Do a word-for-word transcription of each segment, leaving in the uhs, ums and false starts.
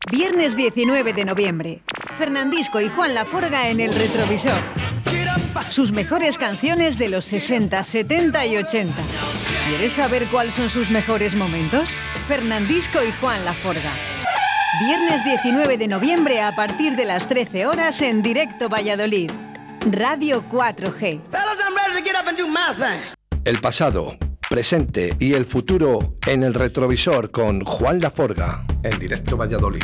Viernes diecinueve de noviembre. Fernandisco y Juan Laforga en el retrovisor. Sus mejores canciones de los sesenta, setenta y ochenta. ¿Quieres saber cuáles son sus mejores momentos? Fernandisco y Juan Laforga. Viernes diecinueve de noviembre a partir de las trece horas en Directo Valladolid. Radio cuatro G. El pasado, presente y el futuro en el retrovisor con Juan Laforga en Directo Valladolid.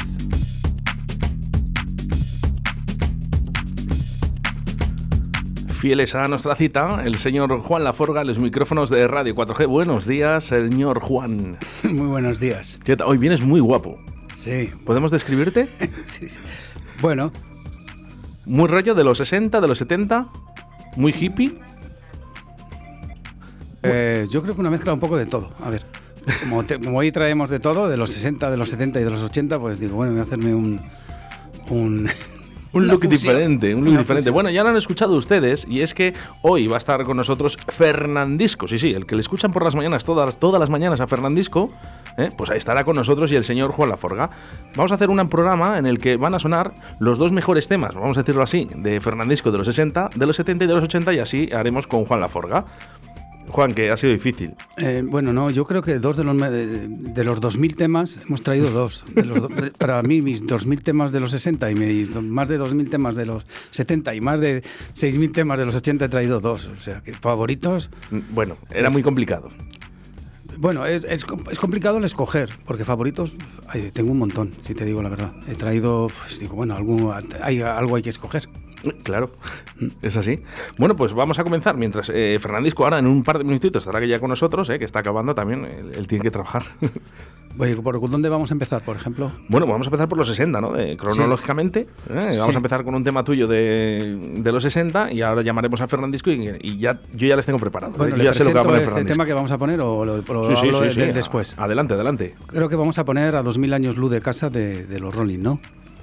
Fieles a nuestra cita, el señor Juan Laforga, los micrófonos de Radio cuatro G. Buenos días, señor Juan. Muy buenos días. ¿Qué tal? Hoy vienes muy guapo. Sí. ¿Podemos describirte? Sí. Bueno. ¿Muy rollo de los sesenta, de los setenta? ¿Muy hippie? Eh, yo creo que una mezcla un poco de todo. A ver, como, te, como hoy traemos de todo, de los sesenta, de los setenta y de los ochenta, pues digo, bueno, voy a hacerme un... un Un look fusión. diferente, un look Una diferente. fusión. Bueno, ya lo han escuchado ustedes y es que hoy va a estar con nosotros Fernandisco. Sí, sí, el que le escuchan por las mañanas, todas, todas las mañanas a Fernandisco, ¿eh? Pues ahí estará con nosotros y el señor Juan Laforga. Vamos a hacer un programa en el que van a sonar los dos mejores temas, vamos a decirlo así, de Fernandisco de los sesenta, de los setenta y de los ochenta, y así haremos con Juan Laforga. Juan, que ha sido difícil. Eh, bueno, no, yo creo que dos de los, de, de los dos mil temas hemos traído dos. De los do, para mí, mis dos mil temas de los sesenta y mis, más de dos mil temas de los setenta y más de seis mil temas de los ochenta he traído dos. O sea, que favoritos... Bueno, era muy complicado. Bueno, es, es, es complicado el escoger, porque favoritos ay, tengo un montón, si te digo la verdad. He traído, pues digo, bueno, algo hay, algo hay que escoger. Claro, es así. Bueno, pues vamos a comenzar. Mientras eh, Fernandisco ahora en un par de minutitos estará ya con nosotros, eh, que está acabando también, él, él tiene que trabajar. Oye, ¿por dónde vamos a empezar, por ejemplo? Bueno, vamos a empezar por los sesenta, ¿no? Eh, cronológicamente. Sí. Eh, vamos sí. a empezar con un tema tuyo de, de los sesenta y ahora llamaremos a Fernandisco y, y ya yo ya les tengo preparado. Bueno, ¿eh? ¿le ya sé lo que va a poner este Fernandisco. tema que vamos a poner o lo, lo sí, sí, hablo sí, de, sí. de, después? Adelante, adelante. Creo que vamos a poner a dos mil años luz de casa de, de los Rolling, ¿no?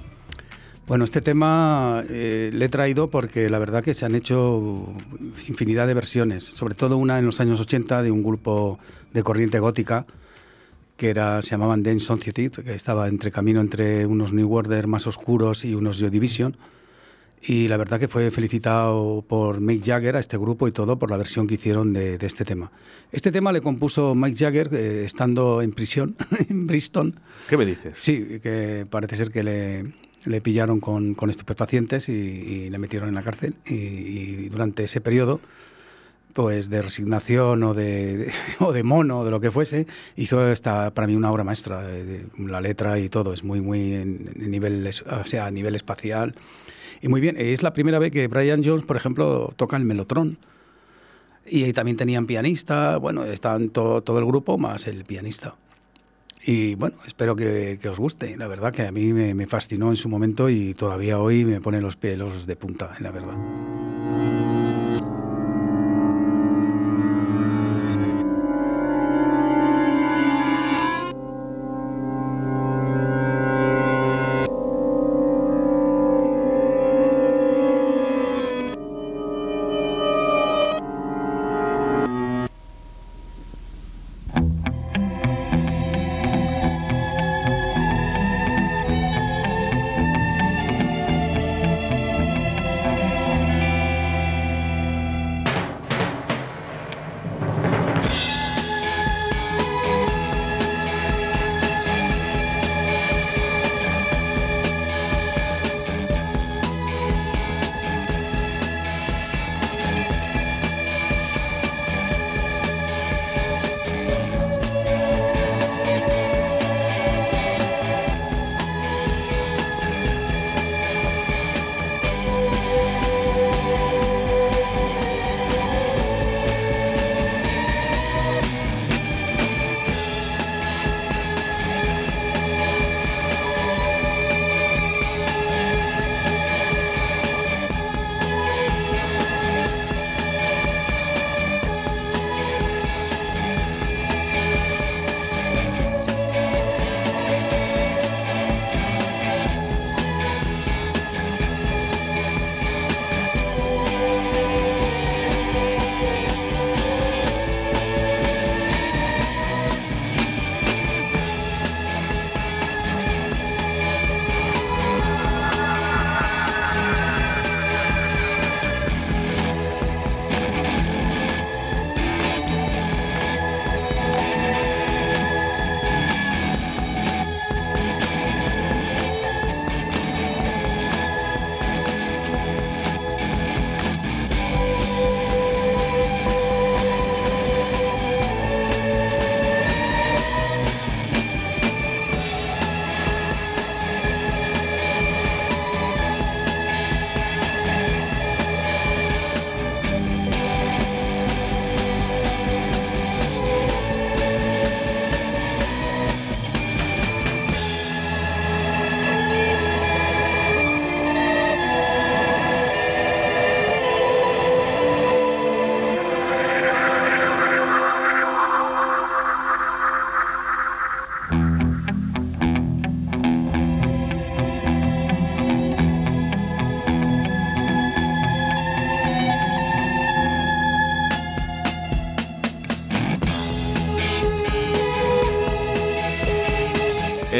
Bueno, este tema eh, le he traído porque la verdad que se han hecho infinidad de versiones, sobre todo una en los años ochenta de un grupo de corriente gótica que era, se llamaban Dance Society, que estaba entre camino entre unos New Order más oscuros y unos Joy Division, y la verdad que fue felicitado por Mick Jagger a este grupo y todo por la versión que hicieron de, de este tema. Este tema le compuso Mick Jagger eh, estando en prisión en Bristol. ¿Qué me dices? Sí, que parece ser que le... Le pillaron con, con estupefacientes y, y le metieron en la cárcel. Y, y durante ese periodo, pues de resignación o de, de, o de mono o de lo que fuese, hizo esta, para mí una obra maestra. De, de, la letra y todo es muy, muy en, en nivel, o sea, a nivel espacial. Y muy bien, es la primera vez que Brian Jones, por ejemplo, toca el melotron. Y ahí también tenían pianista, bueno, están to, todo el grupo más el pianista. Y bueno, espero que, que os guste. La verdad que a mí me, me fascinó en su momento y todavía hoy me pone los pelos de punta, la verdad.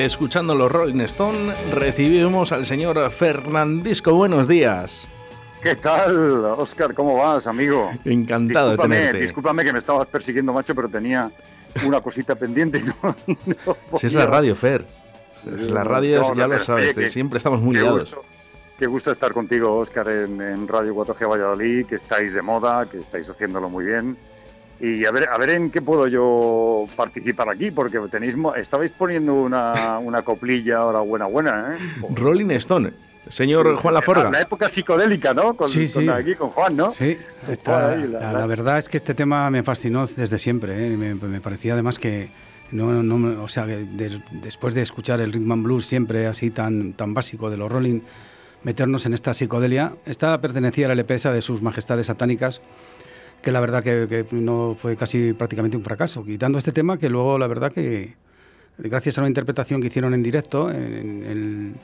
noche, escuchando los Rolling Stone, recibimos al señor Fernandisco. Buenos días. ¿Qué tal, Óscar? ¿Cómo vas, amigo? Encantado discúlpame, de tenerte. Discúlpame que me estabas persiguiendo, macho, pero tenía una cosita pendiente. No, no si es la radio, Fer. Es la radio, no, ya lo sabes, Oye, siempre estamos muy qué liados. Gusto, qué gusto estar contigo, Óscar, en, en Radio cuatro G Valladolid, que estáis de moda, que estáis haciéndolo muy bien. Y a ver, a ver en qué puedo yo participar aquí, porque tenéis, estabais poniendo una, una coplilla ahora buena, buena, ¿eh? Rolling Stone. Señor sí, Juan Laforga. La época psicodélica, ¿no? Con, sí, sí. Con aquí, con Juan, ¿no? Sí, está, la, la, la verdad es que este tema me fascinó desde siempre, ¿eh? me, me parecía además que, no, no, o sea, que de, después de escuchar el rhythm and blues siempre así tan, tan básico de los Rolling, meternos en esta psicodelia. Esta pertenecía a la L P esa de Sus Majestades Satánicas, que la verdad que, que no fue casi prácticamente un fracaso, quitando este tema que luego la verdad que, gracias a una interpretación que hicieron en directo, en el...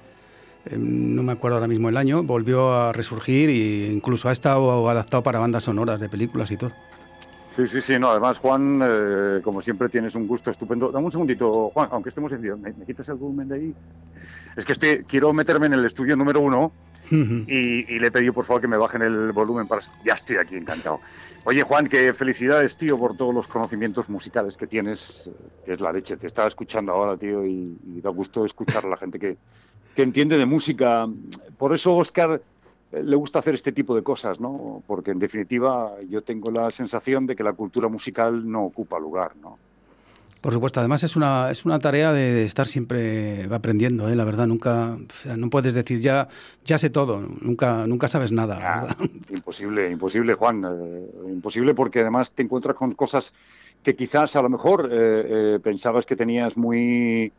no me acuerdo ahora mismo el año, volvió a resurgir e incluso ha estado adaptado para bandas sonoras de películas y todo. Sí, sí, sí, no, además Juan, eh, como siempre tienes un gusto estupendo. Dame un segundito, Juan, aunque estemos en vídeo, ¿me, ¿me quitas el volumen de ahí? Es que estoy, quiero meterme en el estudio número uno uh-huh. y, y le he pedido por favor que me bajen el volumen para... Ya estoy aquí, encantado. Oye, Juan, que felicidades, tío, por todos los conocimientos musicales que tienes, que es la leche. Te estaba escuchando ahora, tío, y, y da gusto escuchar a la gente que, que entiende de música. Por eso, Óscar, le gusta hacer este tipo de cosas, ¿no? Porque, en definitiva, yo tengo la sensación de que la cultura musical no ocupa lugar, ¿no? Por supuesto, además es una, es una tarea de, de estar siempre aprendiendo, ¿eh? La verdad, nunca, o sea, no puedes decir ya, ya sé todo, nunca, nunca sabes nada. Ah, la verdad. Imposible, imposible, Juan, eh, imposible porque además te encuentras con cosas que quizás a lo mejor eh, eh, pensabas que tenías muy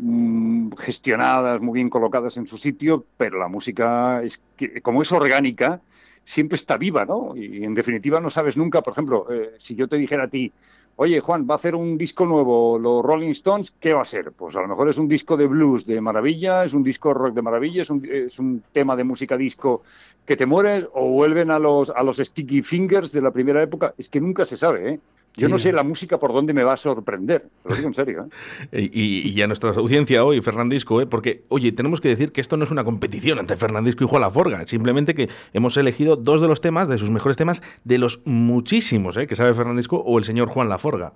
mm, gestionadas, muy bien colocadas en su sitio, pero la música, es que, como es orgánica, siempre está viva, ¿no? Y en definitiva no sabes nunca, por ejemplo, eh, si yo te dijera a ti, oye, Juan, va a hacer un disco nuevo, los Rolling Stones, ¿qué va a ser? Pues a lo mejor es un disco de blues de maravilla, es un disco rock de maravilla, es un, es un tema de música disco que te mueres, o vuelven a los, a los Sticky Fingers de la primera época. Es que nunca se sabe, ¿eh? Yo sí, no sé la música por dónde me va a sorprender, lo digo en serio, ¿eh? y, y a nuestra audiencia hoy, Fernandisco, ¿eh? Porque, oye, tenemos que decir que esto no es una competición entre Fernandisco y Juan Laforga, simplemente que hemos elegido dos de los temas, de sus mejores temas, de los muchísimos ¿eh? que sabe Fernandisco o el señor Juan Laforga.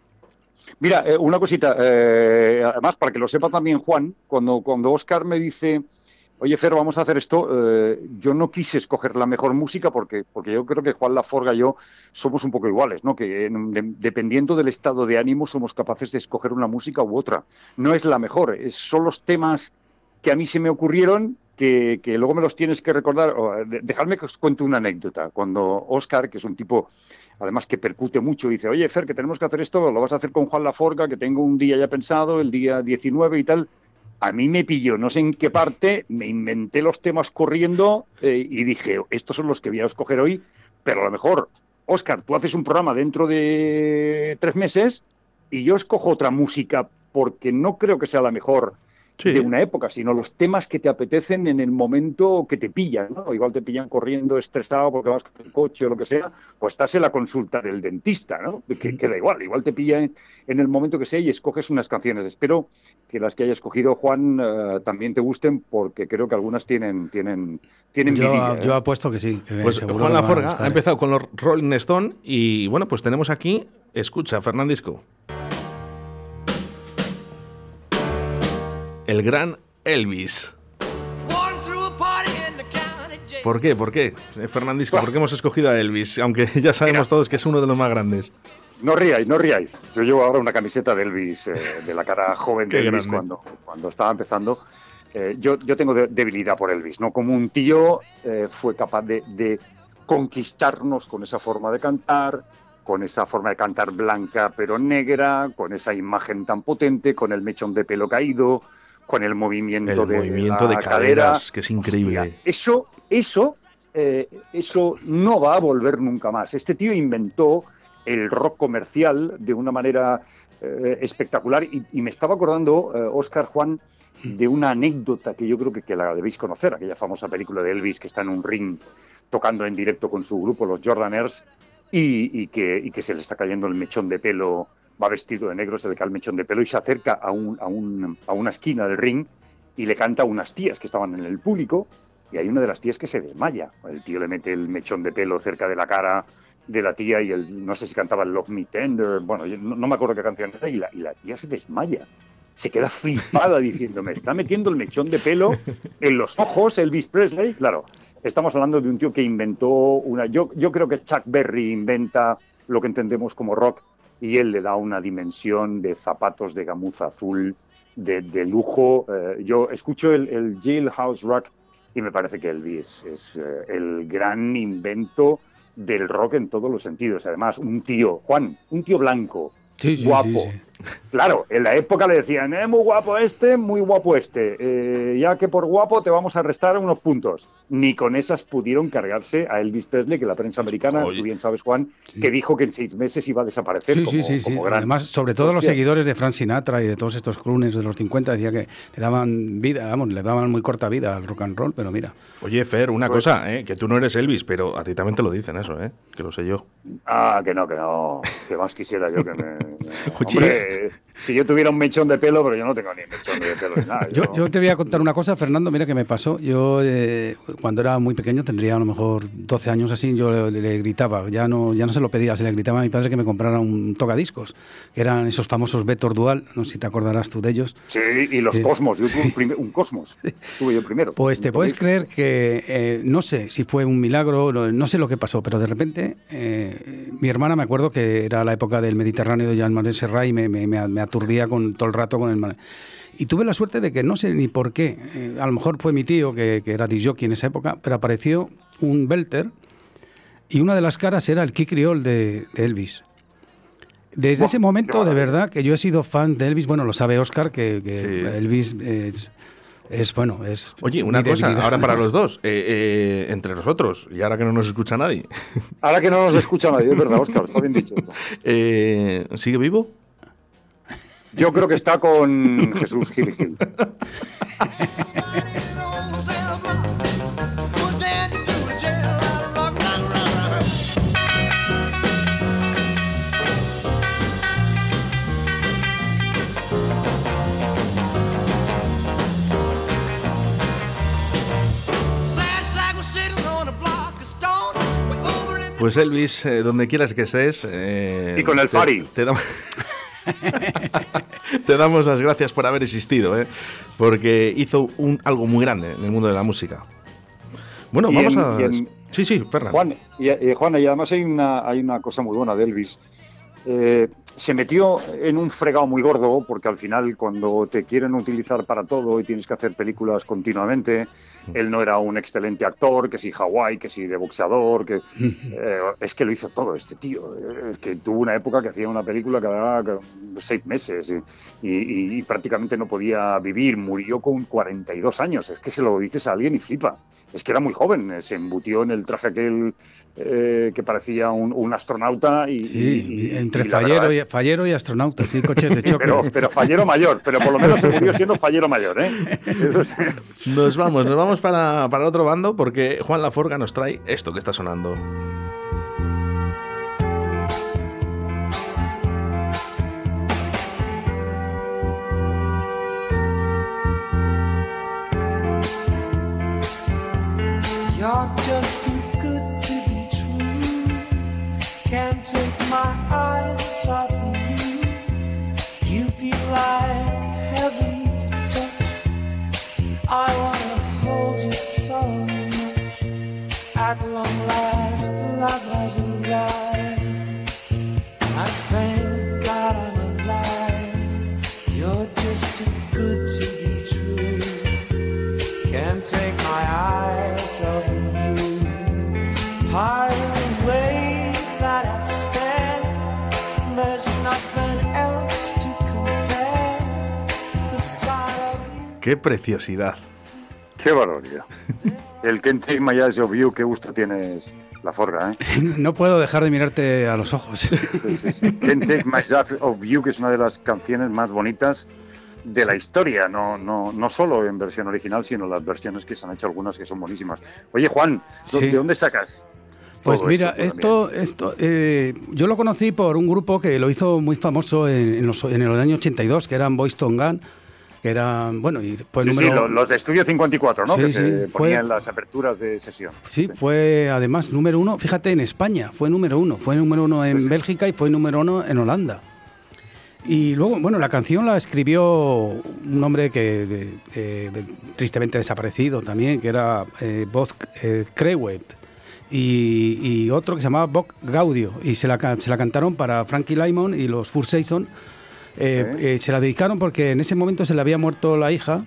Mira, eh, una cosita, eh, además, para que lo sepa también Juan, cuando, cuando Óscar me dice... Oye, Fer, vamos a hacer esto. Eh, yo no quise escoger la mejor música porque, porque yo creo que Juan Laforga y yo somos un poco iguales, ¿no? Que de, dependiendo del estado de ánimo somos capaces de escoger una música u otra. No es la mejor, es, son los temas que a mí se me ocurrieron que, que luego me los tienes que recordar. Dejadme que os cuente una anécdota. Cuando Óscar, que es un tipo además que percute mucho, dice, oye, Fer, que tenemos que hacer esto, lo vas a hacer con Juan Laforga, que tengo un día ya pensado, el día diecinueve y tal... A mí me pilló, no sé en qué parte, me inventé los temas corriendo eh, y dije, estos son los que voy a escoger hoy, pero a lo mejor, Óscar, tú haces un programa dentro de tres meses y yo escojo otra música porque no creo que sea la mejor sí. de una época, sino los temas que te apetecen en el momento que te pillan, ¿no? Igual te pillan corriendo, estresado porque vas con el coche o lo que sea, pues estás en la consulta del dentista, ¿no? Que, que da igual, igual te pilla en, en el momento que sea y escoges unas canciones. Espero que las que haya escogido Juan uh, también te gusten porque creo que algunas tienen tienen tienen yo, vidilla, ¿eh? Yo apuesto que sí. Que pues Juan Laforga ha empezado con los Rolling Stone y bueno, pues tenemos aquí, escucha, Fernandisco. El gran Elvis. ¿Por qué? ¿Por qué, Fernandisco? ¿Por qué hemos escogido a Elvis? Aunque ya sabemos Mira, todos que es uno de los más grandes. No ríais, no ríais. Yo llevo ahora una camiseta de Elvis, eh, de la cara joven de Elvis cuando, cuando estaba empezando. Eh, yo, yo tengo de, debilidad por Elvis, ¿no? Como un tío eh, fue capaz de, de conquistarnos con esa forma de cantar, con esa forma de cantar blanca pero negra, con esa imagen tan potente, con el mechón de pelo caído, con el movimiento el de movimiento la de cadera, caderas, que es increíble. Hostia, eso, eso, eh, eso no va a volver nunca más. Este tío inventó el rock comercial de una manera eh, espectacular y, y me estaba acordando, eh, Óscar, Juan, de una anécdota que yo creo que, que la debéis conocer, aquella famosa película de Elvis que está en un ring tocando en directo con su grupo, los Jordanaires, y, y, que, y que se le está cayendo el mechón de pelo va vestido de negro, se le cae el mechón de pelo y se acerca a, un, a, un, a una esquina del ring y le canta a unas tías que estaban en el público, y hay una de las tías que se desmaya. El tío le mete el mechón de pelo cerca de la cara de la tía y el, no sé si cantaba Love Me Tender, bueno, yo no, no me acuerdo qué canción era, y la, y la tía se desmaya. Se queda flipada diciendo, me está metiendo el mechón de pelo en los ojos Elvis Presley. Claro, estamos hablando de un tío que inventó una... Yo, yo creo que Chuck Berry inventa lo que entendemos como rock y él le da una dimensión de zapatos de gamuza azul, de, de lujo. Eh, yo escucho el, el Jailhouse Rock y me parece que Elvis es eh, el gran invento del rock en todos los sentidos. Además, un tío, Juan, un tío blanco, sí, sí, guapo. Sí, sí. Claro, en la época le decían, eh, muy guapo este, muy guapo este. Eh, ya que por guapo te vamos a restar unos puntos. Ni con esas pudieron cargarse a Elvis Presley, que la prensa americana, Oye. tú bien sabes, Juan, Sí. que dijo que en seis meses iba a desaparecer Sí, como, sí, sí, sí. como gran... Además, sobre todo los Hostia. seguidores de Frank Sinatra y de todos estos crooners de los cincuenta, decía que le daban vida, vamos, le daban muy corta vida al rock and roll, pero mira. Oye, Fer, una Pues- cosa, ¿eh? Que tú no eres Elvis, pero a ti también te lo dicen eso, ¿eh? Que lo sé yo. Ah, que no, que no. Que más quisiera yo que me... Oye. Hombre, si yo tuviera un mechón de pelo, pero yo no tengo ni mechón de pelo ni nada. Yo, yo te voy a contar una cosa, Fernando, mira que me pasó. Yo, eh, cuando era muy pequeño, tendría a lo mejor doce años así, yo le, le gritaba, ya no, ya no se lo pedía, se le gritaba a mi padre que me comprara un tocadiscos, que eran esos famosos Vector Dual, no sé si te acordarás tú de ellos. Sí, y los Sí. Cosmos. Yo tuve un, primer- un Cosmos. Tuve yo primero. Pues te puedes creer que, eh, no sé si fue un milagro, no, no sé lo que pasó, pero de repente eh, mi hermana, me acuerdo que era la época del Mediterráneo de Jean Manuel Serrat y me, me, me, me aturdía con, todo el rato con el... man- Y tuve la suerte de que no sé ni por qué, eh, a lo mejor fue mi tío, que, que era disc jockey en esa época, pero apareció un belter y una de las caras era el Kid Creole de, de Elvis. Desde Buah, ese momento, qué de maravilla. verdad, que yo he sido fan de Elvis, bueno, lo sabe Oscar, que, que Sí. Elvis es, es, bueno, es... Oye, una mi cosa, debilidad. ahora para los dos, eh, eh, entre nosotros, y ahora que no nos escucha nadie, Ahora que no nos escucha nadie, es verdad, Óscar, está bien dicho. eh, ¿sigue vivo? Yo creo que está con Jesús Gil Gil. Pues Elvis, eh, donde quieras que estés... eh, Y con el te- Fari. Te, damos- te damos las gracias por haber existido, ¿eh? Porque hizo un, algo muy grande en el mundo de la música. Bueno, Y vamos en- a... y en- Sí, sí, Fernando. Juan, y, y Juan, y además hay una, hay una cosa muy buena de Elvis. Eh, se metió en un fregado muy gordo porque al final cuando te quieren utilizar para todo y tienes que hacer películas continuamente, él no era un excelente actor, que si Hawái, que si de boxeador, que eh, es que lo hizo todo este tío. Es que tuvo una época que hacía una película cada cada seis meses y, y- y prácticamente no podía vivir. Murió con cuarenta y dos años. Es que se lo dices a alguien y flipa. Es que era muy joven, eh, se embutió en el traje aquel eh, que parecía un, un astronauta y, Sí, y- y- entre y la fallero verdad y, es- fallero y astronauta, sí, coches de choque. pero, pero fallero mayor, pero por lo menos se murió siendo fallero mayor, ¿eh? Eso sí. Nos vamos, nos vamos para, para otro bando porque Juan Laforga nos trae esto que está sonando. You're just too good to be true. Can't take my eyes off of you. You'd be like heaven to touch. I wanna hold you so much. At long last, the love has arrived. I thank God I'm alive. You're just too good to be true. Can't take my eyes off of you. Part of the way that I stand, there's nothing else to compare. The sight of you. ¡Qué preciosidad! Qué barbaridad. El Can't Take My Eyes Off You, qué gusto tienes, Laforga, ¿eh? No puedo dejar de mirarte a los ojos. Can't Take My Eyes Off You, que es una de las canciones más bonitas de la historia, no, no, no solo en versión original, sino las versiones que se han hecho algunas que son buenísimas. Oye, Juan, ¿de Sí. dónde sacas Pues todo mira, esto. esto, esto eh, yo lo conocí por un grupo que lo hizo muy famoso en, en, los, en el año ochenta y dos, que eran Boyz two Men, que eran, bueno, y fue Sí, número... sí, los, los de Estudio cincuenta y cuatro, ¿no? Sí, que sí, se fue- ponían en las aperturas de sesión. Sí, fue además número uno, fíjate, en España, fue número uno, fue número uno en Sí, sí. Bélgica y fue número uno en Holanda. Y luego, bueno, la canción la escribió un hombre que de- eh, de- tristemente desaparecido también, que era eh, Bob eh, Crewet, y, y otro que se llamaba Bob Gaudio, y se la, ca- se la cantaron para Frankie Lymon y los Four Seasons. Eh, Sí. eh, se la dedicaron porque en ese momento se le había muerto la hija.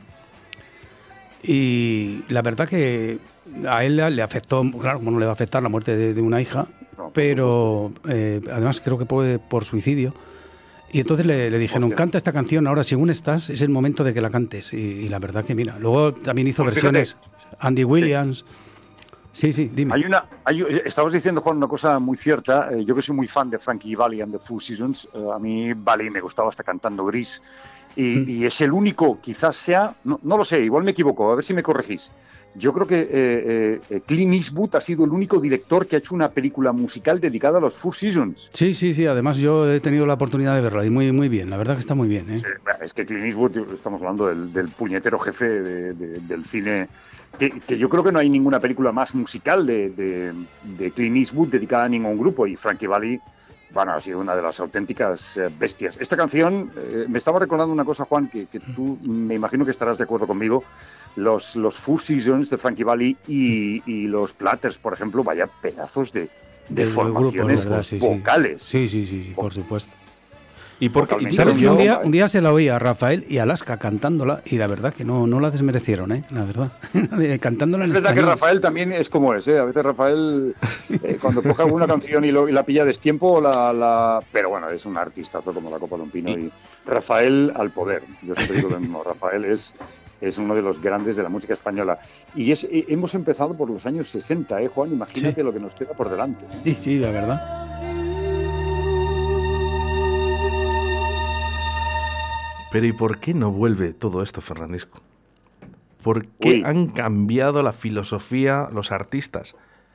Y la verdad que a él le afectó, claro, como no le va a afectar la muerte de, de una hija, No, por pero eh, además creo que fue por suicidio. Y entonces le, le dijeron, Hostia. canta esta canción, ahora según estás, es el momento de que la cantes. Y, y la verdad que mira, luego también hizo Pues versiones, Andy Williams. Sí, sí, dime. Hay una, hay, estabas diciendo, Juan, una cosa muy cierta. Eh, yo que soy muy fan de Frankie Valli and the Four Seasons, eh, a mí Valli me gustaba hasta cantando Gris. Y, Mm. y es el único, quizás sea, no, no lo sé, igual me equivoco, a ver si me corregís. Yo creo que eh, eh, Clint Eastwood ha sido el único director que ha hecho una película musical dedicada a los Four Seasons. Sí, sí, sí, además yo he tenido la oportunidad de verla y muy, muy bien, la verdad que está muy bien. ¿eh? Sí, es que Clint Eastwood, estamos hablando del, del puñetero jefe de- de- del cine, que, que yo creo que no hay ninguna película más musical de, de, de Clint Eastwood dedicada a ningún grupo, y Frankie Valli, bueno, ha sido una de las auténticas eh, bestias. Esta canción, eh, me estaba recordando una cosa, Juan, que, que tú me imagino que estarás de acuerdo conmigo. Los, los Four Seasons de Frankie Valli y, y los Platters, por ejemplo, vaya pedazos de, de Del formaciones grupo, ¿verdad? Sí, sí. vocales. Sí, sí, sí, sí, por supuesto. ¿Y por qué? Totalmente. ¿Sabes Pero que yo- un día, un día se la oí a Rafael y a Alaska cantándola y la verdad que no, no la desmerecieron, ¿eh? La verdad. Cantándola en Es verdad que español. Rafael también es como es, ¿eh? A veces Rafael, eh, cuando coge alguna canción y, lo- y la pilla a destiempo, la, la... pero bueno, es un artistazo como la copa de un pino. Y Rafael al poder, yo siempre digo lo mismo, Rafael es, es uno de los grandes de la música española. Y es, eh, hemos empezado por los años sesenta, ¿eh, Juan? Imagínate Sí. lo que nos queda por delante. Sí, sí, la verdad. Pero ¿y por qué no vuelve todo esto, Fernandisco? ¿Por qué Uy. han cambiado la filosofía los artistas?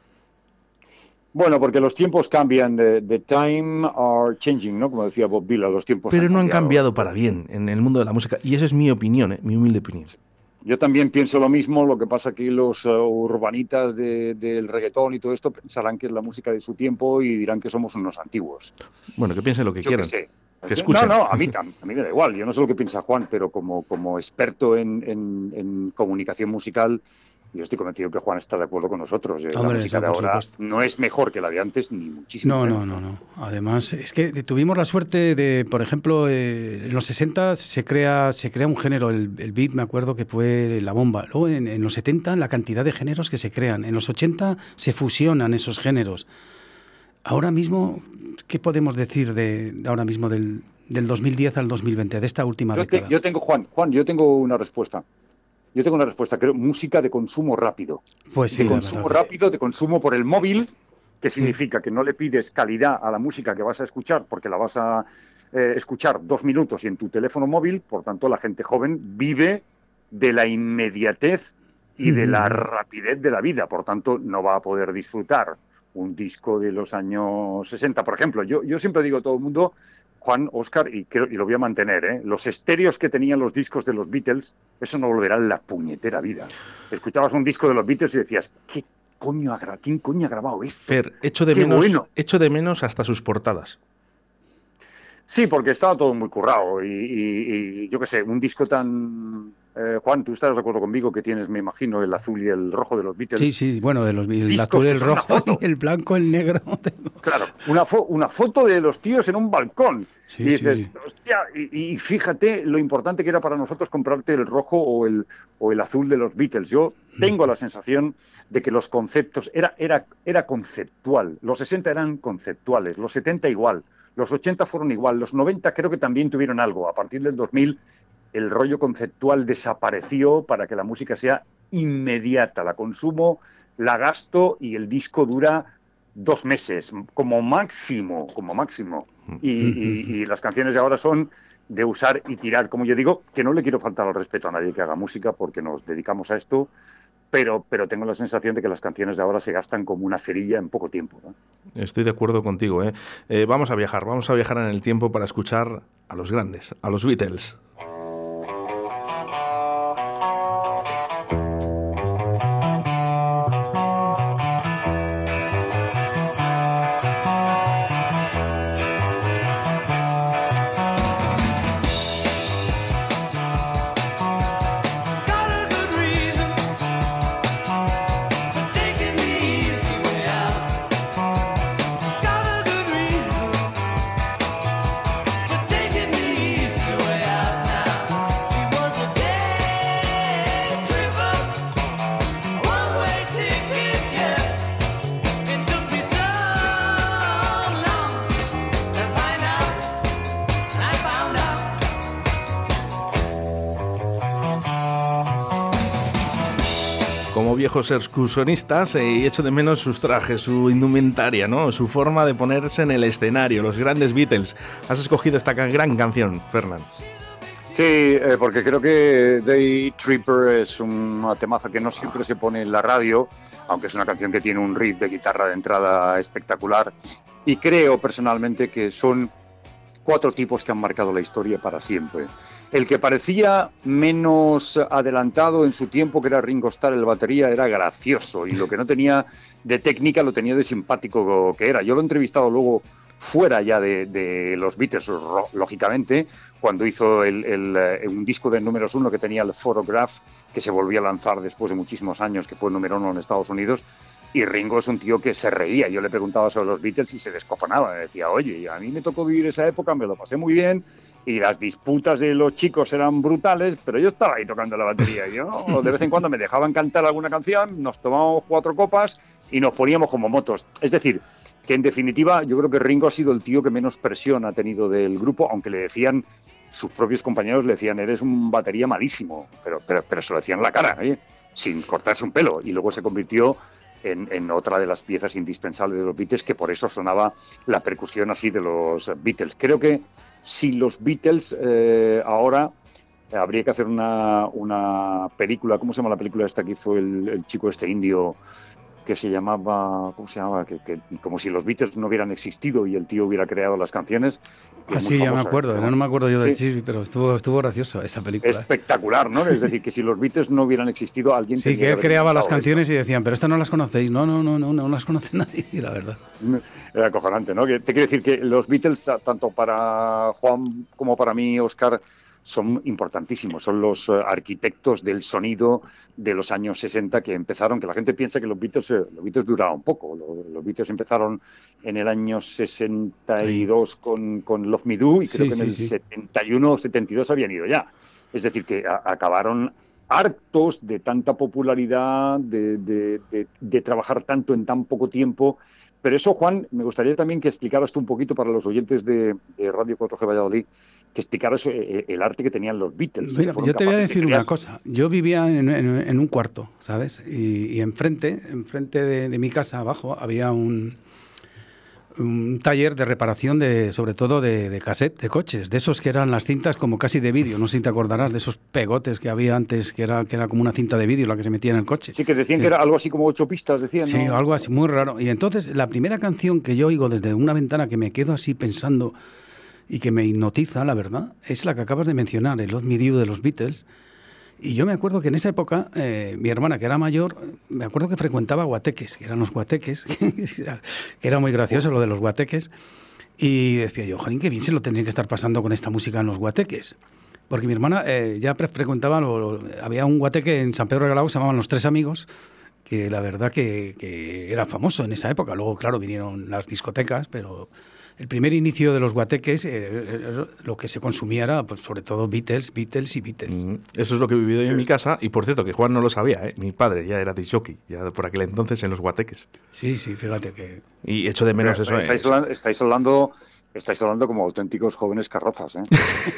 Bueno, porque los tiempos cambian, the, the time are changing, ¿no? Como decía Bob Dylan, los tiempos Pero no han cambiado para bien en el mundo de la música. Y esa es mi opinión, ¿eh? Mi humilde opinión. Yo también pienso lo mismo, lo que pasa que los uh, urbanitas de- del reggaetón y todo esto pensarán que es la música de su tiempo y dirán que somos unos antiguos. Bueno, que piensen lo que Yo quieran. qué sé. Que Sí, escuchen. No, no, a mí, a mí me da igual, yo no sé lo que piensa Juan, pero como, como experto en, en- en comunicación musical, yo estoy convencido que Juan está de acuerdo con nosotros. Eh, la Hombre, música eso, de por ahora supuesto. no es mejor que la de antes, ni muchísimo No, no, menos. no, no. Además, es que tuvimos la suerte de, por ejemplo, eh, en los sesenta se crea, se crea un género, el, el beat, me acuerdo que fue la bomba. Luego en, en los setenta la cantidad de géneros que se crean. En los ochenta se fusionan esos géneros. Ahora mismo, ¿qué podemos decir de, de ahora mismo del, del dos mil diez al dos mil veinte, de esta última Yo, te- década? yo tengo, Juan, Juan, yo tengo una respuesta. Yo tengo una respuesta, creo, música de consumo rápido. Pues sí, de la consumo verdad que sí. rápido, de consumo por el móvil, que Sí. significa que no le pides calidad a la música que vas a escuchar, porque la vas a eh, escuchar dos minutos y en tu teléfono móvil. Por tanto, la gente joven vive de la inmediatez y de la Ujú. rapidez de la vida. Por tanto, no va a poder disfrutar un disco de los años sesenta. Por ejemplo, yo, yo siempre digo a todo el mundo, Juan, Óscar, y, creo, y lo voy a mantener, ¿eh? Los estéreos que tenían los discos de los Beatles, eso no volverá en la puñetera vida. Escuchabas un disco de los Beatles y decías, ¿qué coño ha, gra- ¿quién coño ha grabado esto? Fer, echo de Qué menos, bueno. echo de menos hasta sus portadas. Sí, porque estaba todo muy currado y, y- y yo qué sé, un disco tan... eh, Juan, tú estarás de acuerdo conmigo que tienes, me imagino, el azul y el rojo de los Beatles. Sí, sí, bueno, de los, el Discos azul, que el son una rojo, foto. y el blanco, el negro. Claro, una, fo- una foto de los tíos en un balcón. Sí, y dices, sí. hostia, y, y fíjate lo importante que era para nosotros comprarte el rojo o el, o el azul de los Beatles. Yo tengo la sensación de que los conceptos, era, era, era conceptual. Los sesenta eran conceptuales, los setenta igual, los ochenta fueron igual, los noventa creo que también tuvieron algo. A partir del dos mil el rollo conceptual desapareció para que la música sea inmediata. La consumo, la gasto y el disco dura dos meses, como máximo, como máximo. Y, y- y las canciones de ahora son de usar y tirar, como yo digo, que no le quiero faltar al respeto a nadie que haga música porque nos dedicamos a esto, pero, pero tengo la sensación de que las canciones de ahora se gastan como una cerilla en poco tiempo, ¿no? Estoy de acuerdo contigo, ¿eh? Eh, vamos a viajar, vamos a viajar en el tiempo para escuchar a los grandes, a los Beatles. Como viejos excursionistas, eh, y echo de menos sus trajes, su indumentaria, ¿no? Su forma de ponerse en el escenario, los grandes Beatles. Has escogido esta gran canción, Fernán. Sí, eh, porque creo que Day Tripper es una temaza que no siempre se pone en la radio, aunque es una canción que tiene un riff de guitarra de entrada espectacular. Y creo personalmente que son cuatro tipos que han marcado la historia para siempre. El que parecía menos adelantado en su tiempo, que era Ringo Starr, el batería, era gracioso, y lo que no tenía de técnica lo tenía de simpático que era. Yo lo he entrevistado luego fuera ya de, de los Beatles, lógicamente, cuando hizo el, el, un disco de números uno que tenía el Photograph, que se volvió a lanzar después de muchísimos años, que fue número uno en Estados Unidos. Y Ringo es un tío que se reía. Yo le preguntaba sobre los Beatles y se descojonaba. Me decía, oye, a mí me tocó vivir esa época, me lo pasé muy bien, y las disputas de los chicos eran brutales, pero yo estaba ahí tocando la batería. Y yo, de vez en cuando me dejaban cantar alguna canción, nos tomábamos cuatro copas y nos poníamos como motos. Es decir, que en definitiva yo creo que Ringo ha sido el tío que menos presión ha tenido del grupo, aunque le decían, sus propios compañeros le decían, eres un batería malísimo, pero, pero, pero se lo decían en la cara, ¿eh? Sin cortarse un pelo. Y luego se convirtió En, en otra de las piezas indispensables de los Beatles, que por eso sonaba la percusión así de los Beatles. Creo que si los Beatles eh, ahora eh, habría que hacer una, una película, ¿cómo se llama la película esta que hizo el, el chico este indio, que se llamaba, ¿cómo se llamaba? Que, que, como si los Beatles no hubieran existido y el tío hubiera creado las canciones. Ah, sí, ya me acuerdo, ¿no? no me acuerdo yo del sí. Chis, pero estuvo, estuvo gracioso esa película. Espectacular, ¿no? Es decir, que si los Beatles no hubieran existido, alguien... Sí, que él que creaba las canciones esto. Y decían, pero estas no las conocéis. No, no, no, no, no las conoce nadie, la verdad. Era acojonante, ¿no? Que, te quiero decir que los Beatles, tanto para Juan como para mí, Óscar, son importantísimos, son los uh, arquitectos del sonido de los años sesenta que empezaron, que la gente piensa que los Beatles, eh, los Beatles duraron poco, los, los Beatles empezaron en el año sesenta y dos sí. con, con Love Me Do y creo sí, que en sí, el sí. setenta y uno o setenta y dos habían ido ya, es decir que a, acabaron hartos de tanta popularidad, de, de, de, de trabajar tanto en tan poco tiempo. Pero eso, Juan, me gustaría también que explicaras tú un poquito para los oyentes de, de Radio cuatro G Valladolid, que explicaras el, el arte que tenían los Beatles. Mira, yo te voy a decir una cosa. Yo vivía en, en, en un cuarto, ¿sabes? Y, y enfrente, enfrente de, de mi casa, abajo, había un, un taller de reparación, de sobre todo de, de cassette, de coches, de esos que eran las cintas como casi de vídeo, no sé si te acordarás de esos pegotes que había antes, que era, que era como una cinta de vídeo la que se metía en el coche. Sí, que decían sí. que era algo así como ocho pistas, decían, Sí, ¿no? algo así, muy raro. Y entonces, la primera canción que yo oigo desde una ventana que me quedo así pensando y que me hipnotiza, la verdad, es la que acabas de mencionar, el Love Me Do de los Beatles. Y yo me acuerdo que en esa época, eh, mi hermana, que era mayor, me acuerdo que frecuentaba guateques, que eran los guateques, que era muy gracioso lo de los guateques, y decía yo, jolín, qué bien se lo tendría que estar pasando con esta música en los guateques. Porque mi hermana eh, ya frecuentaba, lo, lo, había un guateque en San Pedro Regalado que se llamaban Los Tres Amigos, que la verdad que, que era famoso en esa época. Luego, claro, vinieron las discotecas, pero... El primer inicio de los guateques, eh, lo que se consumía era, pues, sobre todo Beatles, Beatles y Beatles. Mm, eso es lo que he vivido yo en mi casa. Y por cierto, que Juan no lo sabía, ¿eh? Mi padre ya era disc jockey, ya por aquel entonces en los guateques. Sí, sí, fíjate que... Y echo de menos pero, eso. Estáis, eh, hablando, estáis hablando... Estáis hablando como auténticos jóvenes carrozas, ¿eh?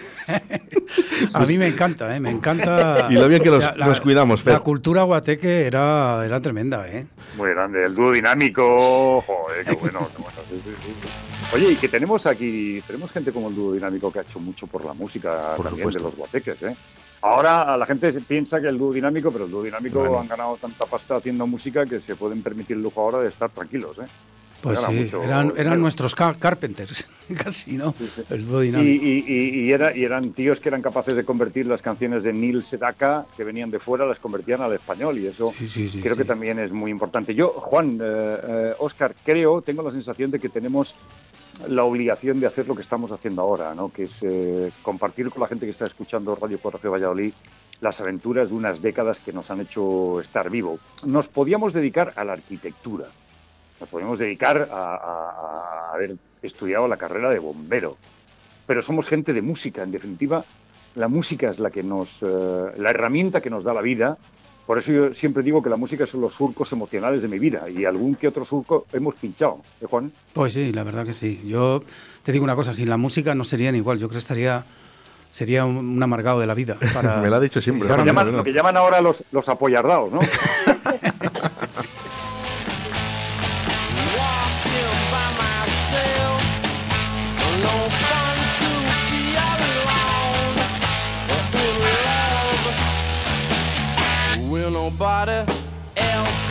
A mí me encanta, ¿eh? Me encanta... Y lo bien que los, o sea, la, los cuidamos, Fer. La cultura guateque era, era tremenda, ¿eh? Muy grande. El dúo dinámico... Joder, qué bueno. Qué bueno. Sí, sí, sí. Oye, y que tenemos aquí... Tenemos gente como el dúo dinámico que ha hecho mucho por la música por también supuesto. de los guateques, ¿eh? Ahora la gente piensa que el dúo dinámico, pero el dúo dinámico Bueno. han ganado tanta pasta haciendo música que se pueden permitir el lujo ahora de estar tranquilos, ¿eh? Pues Gana sí, mucho eran, eran dinero. nuestros car- Carpenters, casi, ¿no? Sí, sí. El dúo Y, dinámico. y- y- y era, y eran tíos que eran capaces de convertir las canciones de Neil Sedaka, que venían de fuera, las convertían al español, y eso Sí, sí, sí, creo sí. que también es muy importante. Yo, Juan, eh, eh, Óscar, creo, tengo la sensación de que tenemos la obligación de hacer lo que estamos haciendo ahora, ¿no? Que es eh, compartir con la gente que está escuchando Radio cuatro G Valladolid las aventuras de unas décadas que nos han hecho estar vivo. Nos podíamos dedicar a la arquitectura, nos podíamos dedicar a, a- a haber estudiado la carrera de bombero, pero somos gente de música. En definitiva, la música es la que nos, eh, la herramienta que nos da la vida. Por eso yo siempre digo que la música son los surcos emocionales de mi vida, y algún que otro surco hemos pinchado, ¿eh, Juan? Pues sí, la verdad que sí. Yo te digo una cosa, sin la música no serían igual. Yo creo que estaría sería un, un amargado de la vida. Para... Me lo ha dicho siempre. Sí, Lo que ahora llaman, mismo, lo que llaman ahora los, los apoyardaos, ¿no? Walking by myself, no fun to be alone or in love with nobody else.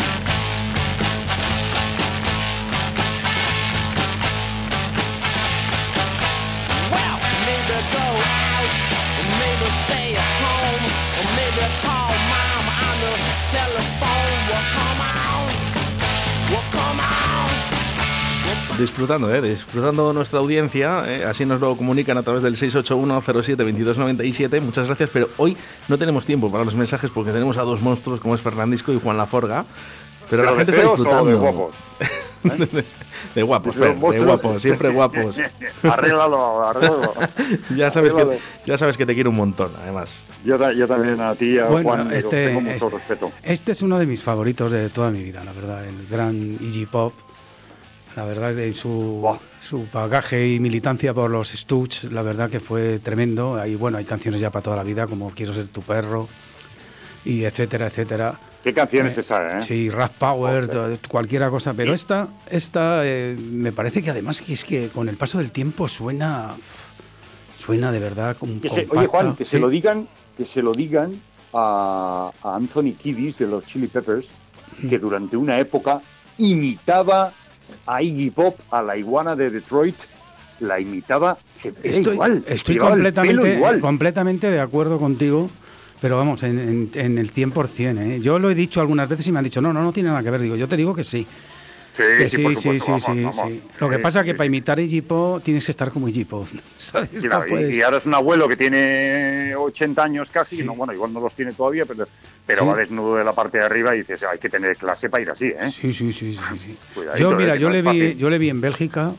Well, maybe go out, or maybe stay at home, or maybe call mom on the telephone. Well, come on, well, come on. Disfrutando, ¿eh? Disfrutando nuestra audiencia, ¿eh? Así nos lo comunican a través del seis ocho uno cero siete dos dos nueve siete. Muchas gracias, pero hoy no tenemos tiempo para los mensajes porque tenemos a dos monstruos como es Fernandisco y Juan Laforga. Pero, la ¿Pero gente de está feos o disfrutando. de guapos? de, de guapos, Pero Fer, de monstruos- guapos, siempre guapos. Arréglalo, arréglalo. Ya sabes, que, Arréglalo. ya sabes que te quiero un montón, además. Yo, ta- yo también a ti, a Bueno, Juan, este, tengo mucho este, respeto. este es uno de mis favoritos de toda mi vida, la verdad. El gran Iggy Pop. La verdad, de su, Buah. su bagaje y militancia por los Stooges, la verdad que fue tremendo. Ahí, bueno, hay canciones ya para toda la vida, como Quiero ser tu perro, y etcétera, etcétera. ¿Qué canción es Eh, esa, eh? Sí, Rat Power, to- cualquiera cosa. Pero esta, esta eh, me parece que además que es que con el paso del tiempo suena, suena de verdad como Que se- compacta. oye, Juan, que se Sí. lo digan, que se lo digan a, a Anthony Kiedis de los Chili Peppers, que durante una época imitaba a Iggy Pop, a la iguana de Detroit, la imitaba, se era Estoy, igual, estoy llevaba el pelo completamente, igual. completamente de acuerdo contigo, pero vamos, en, en- en el cien por ciento. ¿eh? Yo lo he dicho algunas veces y me han dicho, no, no, no tiene nada que ver. Digo, yo te digo que sí. Sí, Que sí, sí, por sí, supuesto, sí, vamos, sí, vamos. sí. Lo que Sí, pasa es que sí, para sí. imitar a Iggy Pop tienes que estar como Iggy Pop. ¿Sabes? Sí, No no, y- puedes- y, ahora es un abuelo que tiene ochenta años casi, Sí. no, bueno, igual no los tiene todavía, pero, pero Sí. va desnudo de la parte de arriba y dices, hay que tener clase para ir así, ¿eh? Sí, sí, sí, sí, sí. Cuidadito, Yo, mira, eh, que yo no le es vi, fácil. yo le vi en Bélgica,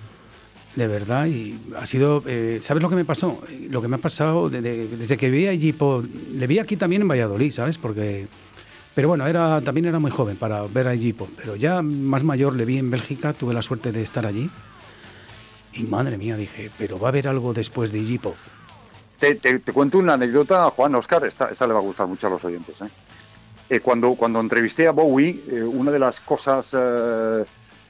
de verdad, y ha sido, eh, ¿sabes lo que me pasó? Lo que me ha pasado de- de- desde que vi a Iggy Pop, le vi aquí también en Valladolid, ¿sabes? Porque, pero bueno, era, también era muy joven para ver a Iggy Pop, pero ya más mayor le vi en Bélgica, tuve la suerte de estar allí, y madre mía, dije, pero va a haber algo después de Iggy Pop. Te, te- te cuento una anécdota, Juan, Óscar, esta, esta le va a gustar mucho a los oyentes. ¿eh? Eh, cuando, cuando entrevisté a Bowie, eh, una de las cosas eh,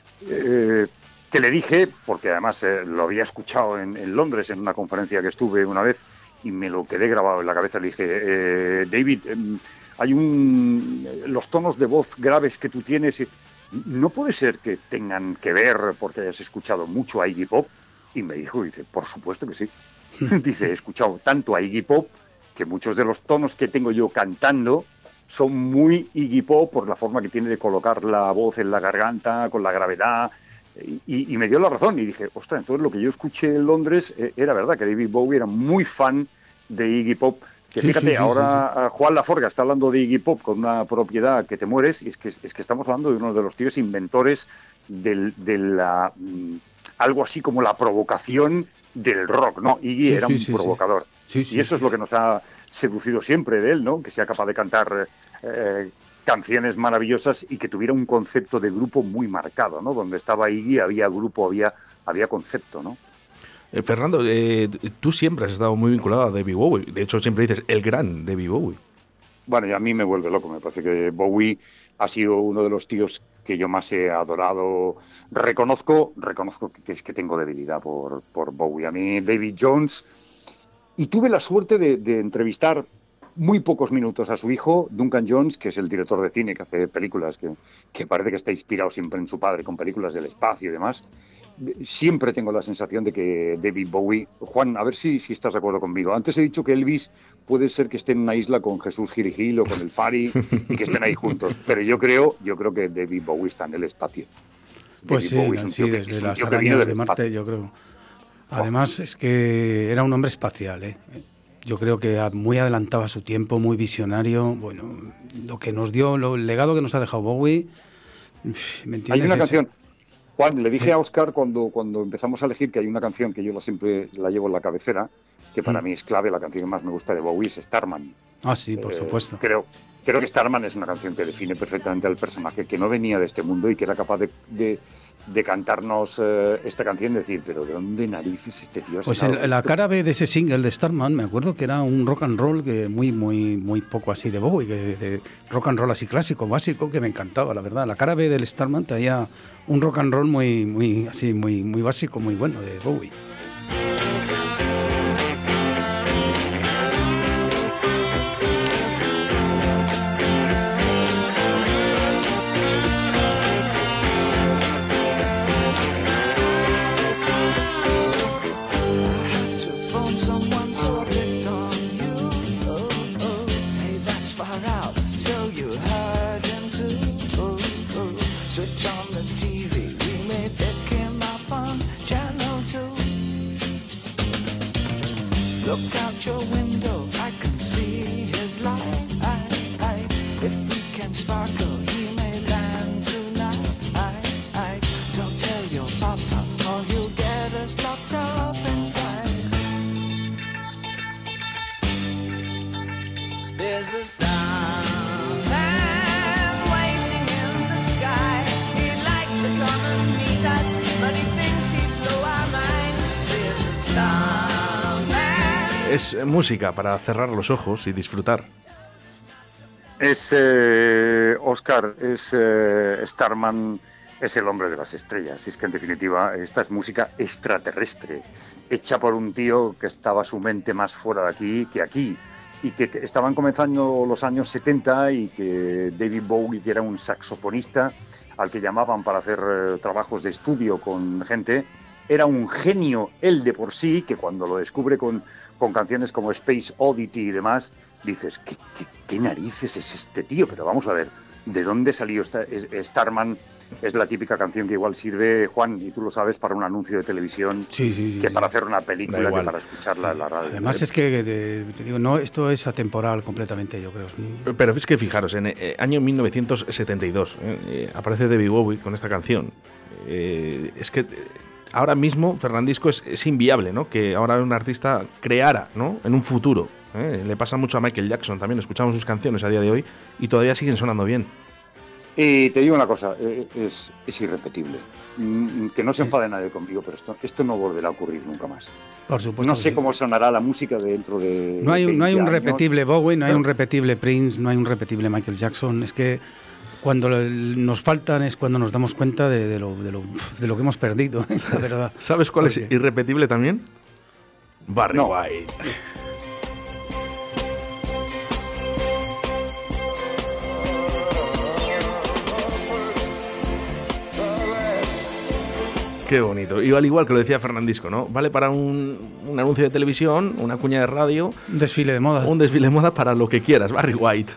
eh, que le dije, porque además eh, lo había escuchado en, en Londres en una conferencia que estuve una vez y me lo quedé grabado en la cabeza, le dije, eh, David, em, hay un los tonos de voz graves que tú tienes, eh, no puede ser que tengan que ver porque hayas escuchado mucho a Iggy Pop. Y me dijo, dice, por supuesto que sí. Dice, he escuchado tanto a Iggy Pop que muchos de los tonos que tengo yo cantando son muy Iggy Pop por la forma que tiene de colocar la voz en la garganta, con la gravedad. Y, y me dio la razón y dije, ostras, entonces lo que yo escuché en Londres eh, era verdad, que David Bowie era muy fan de Iggy Pop. Que Sí, fíjate, sí, sí, ahora sí, eh, Juan Laforga está hablando de Iggy Pop con una propiedad que te mueres, y es que, es que estamos hablando de uno de los tíos inventores del, de la... mm, algo así como la provocación del rock, ¿no? Iggy Sí, era sí, un sí, sí. provocador. Sí, sí, y eso es sí, lo que nos ha seducido siempre de él, ¿no? Que sea capaz de cantar eh, canciones maravillosas y que tuviera un concepto de grupo muy marcado, ¿no? Donde estaba Iggy había grupo, había, había concepto, ¿no? Eh, Fernando, eh, tú siempre has estado muy vinculado a David Bowie. De hecho, siempre dices el gran David Bowie. Bueno, y a mí me vuelve loco. Me parece que Bowie ha sido uno de los tíos que yo más he adorado. Reconozco, reconozco que es que tengo debilidad por, por Bowie. A mí, David Jones. Y tuve la suerte de, de entrevistar muy pocos minutos a su hijo, Duncan Jones, que es el director de cine que hace películas, que, que parece que está inspirado siempre en su padre, con películas del espacio y demás. Siempre tengo la sensación de que David Bowie... Juan, a ver si, si estás de acuerdo conmigo. Antes he dicho que Elvis puede ser que esté en una isla con Jesús Gil y Gil o con el Fari y que estén ahí juntos, pero yo creo, yo creo que David Bowie está en el espacio. Pues David sí, Bowie es un sí, tío que- desde es un las tío que vino arañas del de Marte, espacio. yo creo. Además, es que era un hombre espacial, ¿eh? Yo creo que a- muy adelantado a su tiempo, muy visionario. Bueno, lo que nos dio, lo, el legado que nos ha dejado Bowie, ¿me entiendes? Hay una Es- canción, Juan, le dije Sí. a Oscar cuando, cuando empezamos a elegir que hay una canción que yo la siempre la llevo en la cabecera, que para Mm. mí es clave, la canción que más me gusta de Bowie es Starman. Ah, sí, por Eh, supuesto. Creo, creo que Starman es una canción que define perfectamente al personaje, que no venía de este mundo y que era capaz de, de, de cantarnos eh, esta canción y decir, pero ¿de dónde narices este tío ha Pues sacado en la esto? cara B de ese single de Starman, me acuerdo que era un rock and roll que muy, muy, muy poco así de Bowie, que de rock and roll así clásico, básico, que me encantaba, la verdad. La cara B del Starman traía un rock and roll muy, muy, así, muy, muy básico, muy bueno de Bowie. To phone someone, so I picked on you. Oh, oh, hey, that's far out. So you heard him too. Oh, oh, switch on the T V. We may pick him up on channel two. Look out your window, I can see his light. If we can sparkle, he may land tonight. Don't tell your papa, or he'll get us locked up in fights. There's a starman waiting in the sky. He'd like to come and meet us, but he thinks he'd blow our minds. There's a starman. Es música para cerrar los ojos y disfrutar. Es eh, Oscar, es eh, Starman, es el hombre de las estrellas. Es que en definitiva esta es música extraterrestre, hecha por un tío que estaba su mente más fuera de aquí que aquí, y que, que estaban comenzando los años setenta y que David Bowie, que era un saxofonista al que llamaban para hacer eh, trabajos de estudio con gente, era un genio él de por sí, que cuando lo descubre con, con canciones como Space Oddity y demás, dices, ¿qué, qué, qué narices es este tío? Pero vamos a ver, ¿de dónde salió esta, es, Starman? Es la típica canción que igual sirve, Juan, y tú lo sabes, para un anuncio de televisión, Sí, sí, sí, que sí. para hacer una Da película, igual. que para escucharla en la radio. Además es que, de- te digo, no, esto es atemporal completamente, yo creo. Pero es que fijaros, en el año mil novecientos setenta y dos eh, eh, aparece David Bowie con esta canción. Eh, es que eh, ahora mismo Fernandisco es, es inviable, ¿no? Que ahora un artista creara, ¿no? En un futuro. ¿eh? Le pasa mucho a Michael Jackson también. Escuchamos sus canciones a día de hoy y todavía siguen sonando bien. Y te digo una cosa, eh, es, es irrepetible. Mm, Que no se enfade nadie conmigo, pero esto, esto no volverá a ocurrir nunca más. Por supuesto. No que sé sí. cómo sonará la música dentro de No hay, no hay veinte un años. repetible Bowie, no hay Pero- un repetible Prince, no hay un repetible Michael Jackson. Es que cuando lo- nos faltan es cuando nos damos cuenta de, de lo, de, lo, de lo que hemos perdido, es la verdad. ¿Sabes cuál es Porque- irrepetible también? Barry No. White. Qué bonito. Y al igual que lo decía Fernandisco, ¿no? Vale para un, un anuncio de televisión, una cuña de radio, Un desfile de moda. un desfile de moda, para lo que quieras. Barry White.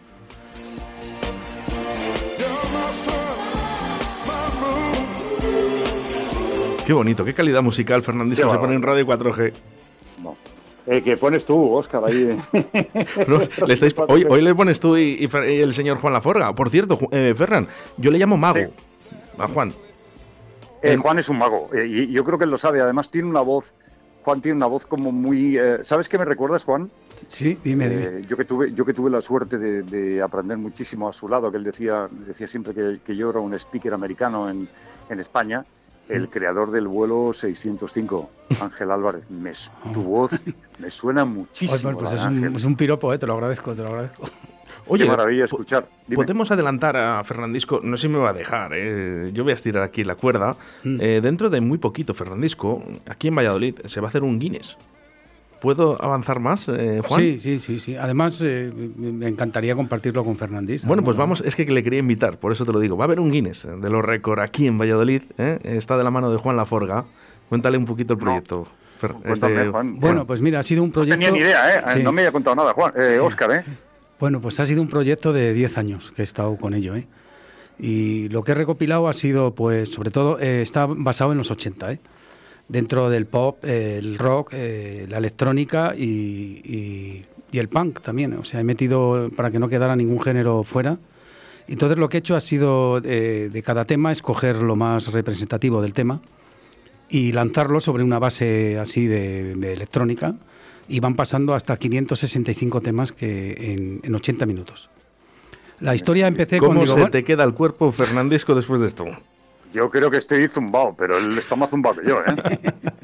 Qué bonito, qué calidad musical, Fernandisco, Qué se pone en radio cuatro G. No. Eh, que pones tú, Óscar, ahí. No, le estáis- hoy, hoy le pones tú y, y Fer- y el señor Juan Laforga. Por cierto, Ju- eh, Ferran, yo le llamo mago Sí. a Juan. Eh, Juan es un mago, eh, y yo creo que él lo sabe. Además tiene una voz, Juan tiene una voz como muy... eh, ¿Sabes qué me recuerdas, Juan? Sí, dime, dime. Eh, yo que tuve yo que tuve la suerte de, de aprender muchísimo a su lado, que él decía decía siempre que, que yo era un speaker americano en, en España, el creador del vuelo seiscientos cinco, Ángel Álvarez. Me, s- tu voz me suena Oye, muchísimo. pues la es de un, Ángel. es un piropo, eh, te lo agradezco, te lo agradezco. Oye, Qué maravilla po- escuchar. Dime. podemos adelantar a Fernandisco, no sé si me va a dejar, eh, yo voy a estirar aquí la cuerda. Mm. Eh, dentro de muy poquito, Fernandisco, aquí en Valladolid, se va a hacer un Guinness. ¿Puedo avanzar más, eh, Juan? Sí, sí, sí, sí. Además, eh, me encantaría compartirlo con Fernandis. Bueno, ¿no? pues vamos, es que le quería invitar, por eso te lo digo. Va a haber un Guinness de los récords aquí en Valladolid, ¿eh? Está de la mano de Juan Laforga. Cuéntale un poquito el proyecto. No. Fer, Cuéntame, este... Juan. Bueno, pues mira, ha sido un proyecto... No tenía ni idea, ¿eh? Sí. No me había contado nada, Juan. Eh, Óscar, ¿eh? Bueno, pues ha sido un proyecto de diez años que he estado con ello, ¿eh? Y lo que he recopilado ha sido, pues, sobre todo, eh, está basado en los ochenta, ¿eh? Dentro del pop, eh, el rock, eh, la electrónica y, y, y el punk también. O sea, he metido para que no quedara ningún género fuera. Entonces lo que he hecho ha sido, eh, de cada tema, escoger lo más representativo del tema y lanzarlo sobre una base así de, de electrónica, y van pasando hasta quinientos sesenta y cinco temas que en, en ochenta minutos. La historia empecé ¿Cómo con... Digo, se bueno, te queda el cuerpo, Fernandisco, después de esto? Yo creo que estoy zumbado, pero él está más zumbado que yo, ¿eh?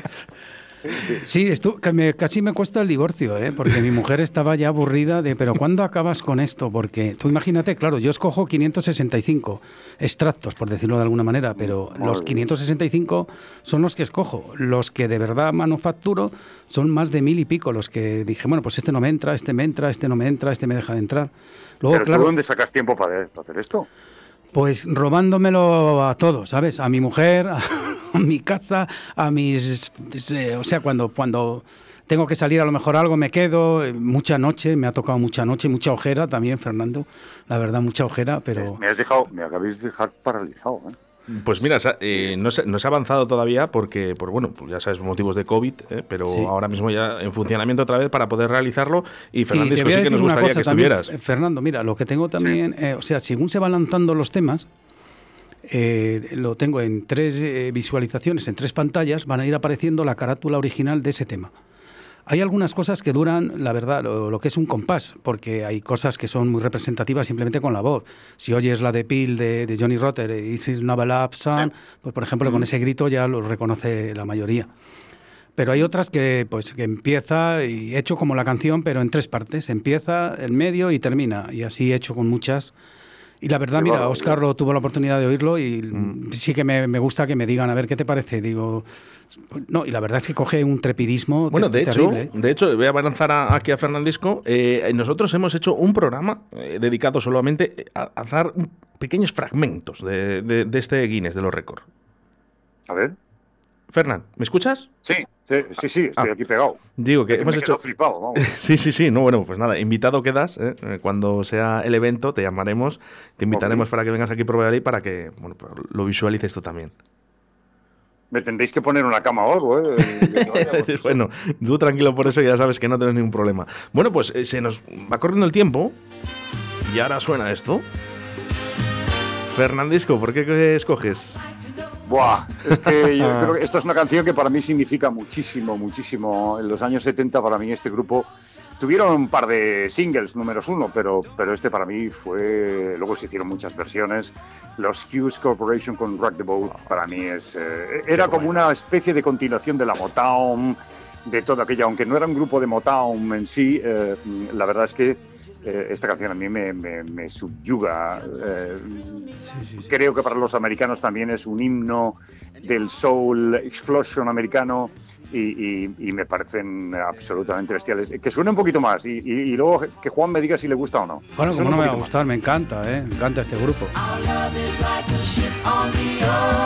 Sí, esto, que me, casi me cuesta el divorcio, ¿eh? Porque mi mujer estaba ya aburrida de, pero ¿cuándo acabas con esto? Porque tú imagínate, claro, yo escojo quinientos sesenta y cinco extractos, por decirlo de alguna manera, pero Muy los bien. quinientos sesenta y cinco son los que escojo. Los que de verdad manufacturo son más de mil y pico, los que dije, bueno, pues este no me entra, este me entra, este no me entra, este me deja de entrar. Luego, Pero claro, ¿tú dónde sacas tiempo para, para hacer esto? pues robándomelo a todos, ¿sabes? A mi mujer, a, a mi casa, a mis... eh, o sea, cuando, cuando tengo que salir a lo mejor algo me quedo, eh, mucha noche, me ha tocado mucha noche, mucha ojera también, Fernando, la verdad, mucha ojera, pero... Me has dejado, me acabáis de dejar paralizado, ¿eh? Pues mira, eh, no, se, no se ha avanzado todavía porque, por bueno, pues ya sabes, motivos de COVID, eh, pero Sí. ahora mismo ya en funcionamiento otra vez para poder realizarlo. Y Y Fernandisco, te voy a sí que decir nos una gustaría cosa que también, estuvieras. eh, Fernando, mira, lo que tengo también, eh, o sea, según se van lanzando los temas, eh, lo tengo en tres eh, visualizaciones, en tres pantallas, van a ir apareciendo la carátula original de ese tema. Hay algunas cosas que duran, la verdad, lo, lo que es un compás, porque hay cosas que son muy representativas simplemente con la voz. Si oyes la de Peel de, de Johnny Rotter, This is Novel Up Son, pues por ejemplo, con ese grito ya lo reconoce la mayoría. Pero hay otras que, pues, que empieza y he hecho como la canción, pero en tres partes. Empieza, el medio y termina. Y así he hecho con muchas. Y la verdad, Qué mira, bárbaro. Óscar lo tuvo la oportunidad de oírlo y Mm. sí que me, me gusta que me digan, a ver, ¿qué te parece? Digo, no, y la verdad es que coge un trepidismo Bueno, ter- de hecho, terrible. de hecho, voy a lanzar a- aquí a Fernandisco. Eh, nosotros hemos hecho un programa eh, dedicado solamente a, a dar un- pequeños fragmentos de, de- de este Guinness de los récords. A ver. Fernán, ¿me escuchas? Sí, sí, sí, sí, estoy Ah. aquí pegado. Digo que Me hemos he hecho... quedado flipado, vamos. Sí, sí, sí. No, bueno, pues nada, invitado quedas. ¿eh? Eh, Cuando sea el evento te llamaremos, te invitaremos Ok. para que vengas aquí por Valladolid para que bueno, pues lo visualices tú también. Me tendréis que poner una cama o algo, ¿eh? Que no haya, pues, Bueno, tú tranquilo por eso, ya sabes que no tienes ningún problema. Bueno, pues eh, se nos va corriendo el tiempo y ahora suena esto. Fernandisco, ¿por qué qué escoges? Buah, es que yo creo que esta es una canción que para mí significa muchísimo, muchísimo. En los años setenta para mí este grupo tuvieron un par de singles, números uno, pero, pero este para mí fue... Luego se hicieron muchas versiones. Los Hughes Corporation con Rock the Boat para mí es... eh, era como una especie de continuación de la Motown, de todo aquello. Aunque no era un grupo de Motown en sí, eh, la verdad es que eh, esta canción a mí me, me, me subyuga. Eh, Sí, sí, sí. Creo que para los americanos también es un himno del soul explosion americano y, y, y me parecen absolutamente bestiales. Que suene un poquito más y, y, y luego que Juan me diga si le gusta o no. Bueno, Suene como no un me va a poquito más. gustar, me encanta, ¿eh? Me encanta este grupo. Our love is like a ship on the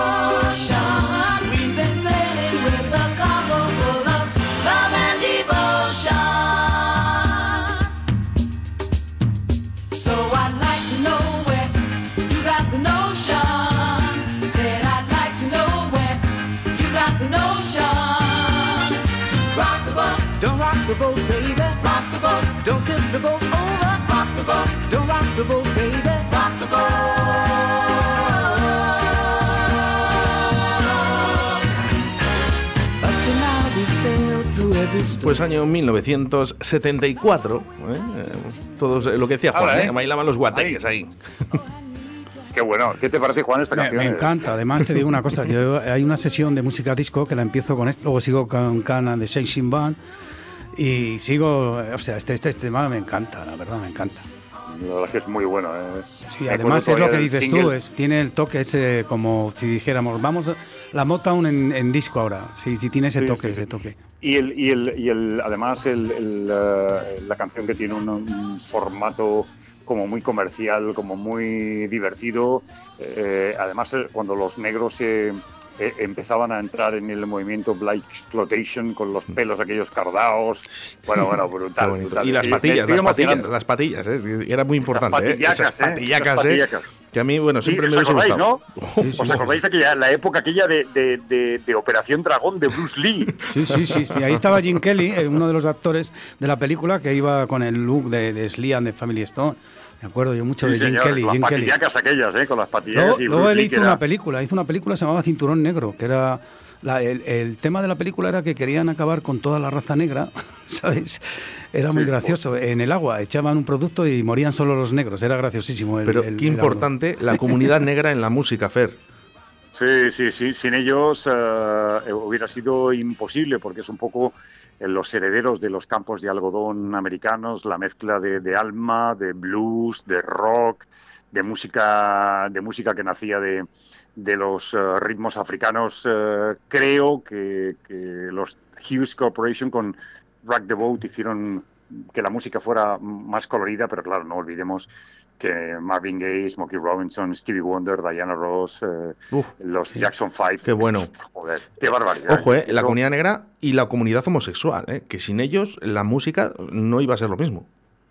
ocean. We've been sailing with a cargo full of love and devotion. So I'd like to know where you got the notion. Said I'd like to know where you got the notion. Rock the boat, don't rock the boat, baby. Rock the boat, don't tip the boat over. Rock the boat, don't rock the boat, baby. Rock the boat. Up to now we sailed through every storm. Pues año mil novecientos setenta y cuatro. ¿eh? Eh, Todos, eh, lo que decía Juan, Ahora, ¿eh? ¿eh? Bailaban los guateques ahí. Qué bueno. ¿Qué te parece, Juan, esta Me, canción? me encanta. Además, te digo una cosa. Yo, hay una sesión de música disco que la empiezo con esto, luego sigo con Cana de Shane Band y sigo... O sea, este, este, este tema me encanta, la verdad, me encanta. La verdad es que es muy bueno. ¿eh? Sí, Me además acuerdo es lo que todavía del dices tú, single. es, tiene el toque ese como si dijéramos, vamos, la Motown en, en disco ahora. Sí, sí tiene ese Sí, toque, sí, sí. ese toque. Y, el, y, el, y el, además el, el, uh, la canción que tiene un, un formato como muy comercial, como muy divertido. Eh, además, cuando los negros se... Eh, empezaban a entrar en el movimiento Black Exploitation con los pelos aquellos cardados. Bueno, bueno, brutal. brutal. Y las patillas, las patillas, las patillas, ¿eh? Era muy importante. Esas patillacas, ¿eh? Esas patillacas, ¿eh? Esas patillacas. Que a mí, bueno, siempre sí, me hubiese gustado. ¿no? Sí, sí, ¿Os sí, acordáis de aquella, la época aquella de, de, de, de Operación Dragón de Bruce Lee? Sí, sí, sí, sí. Ahí estaba Jim Kelly, uno de los actores de la película, que iba con el look de, de Sly and the Family Stone. Me acuerdo yo mucho sí, de Jim señor, Kelly. Con Jim las Kelly. patillacas aquellas, ¿eh? Con las patillacas. Luego, y luego él Lee, hizo era... una película, hizo una película que se llamaba Cinturón Negro, que era... La, el, el tema de la película era que querían acabar con toda la raza negra, ¿sabes? Era muy sí, gracioso. Bueno. En el agua echaban un producto y morían solo los negros. Era graciosísimo. El, Pero el, qué el importante algo. La comunidad negra en la música, Fer. Sí, sí, sí. Sin ellos uh, hubiera sido imposible, porque es un poco los herederos de los campos de algodón americanos, la mezcla de, de alma, de blues, de rock, de música, de música que nacía de... de los uh, ritmos africanos. Uh, creo que, que los Hughes Corporation con Rock the Boat hicieron que la música fuera más colorida, pero claro, no olvidemos que Marvin Gaye, Smokey Robinson, Stevie Wonder, Diana Ross, uh, Uf, los sí. Jackson Five. Qué bueno. Joder, qué barbaridad. Ojo, eh, Eso... la comunidad negra y la comunidad homosexual, eh, que sin ellos la música no iba a ser lo mismo.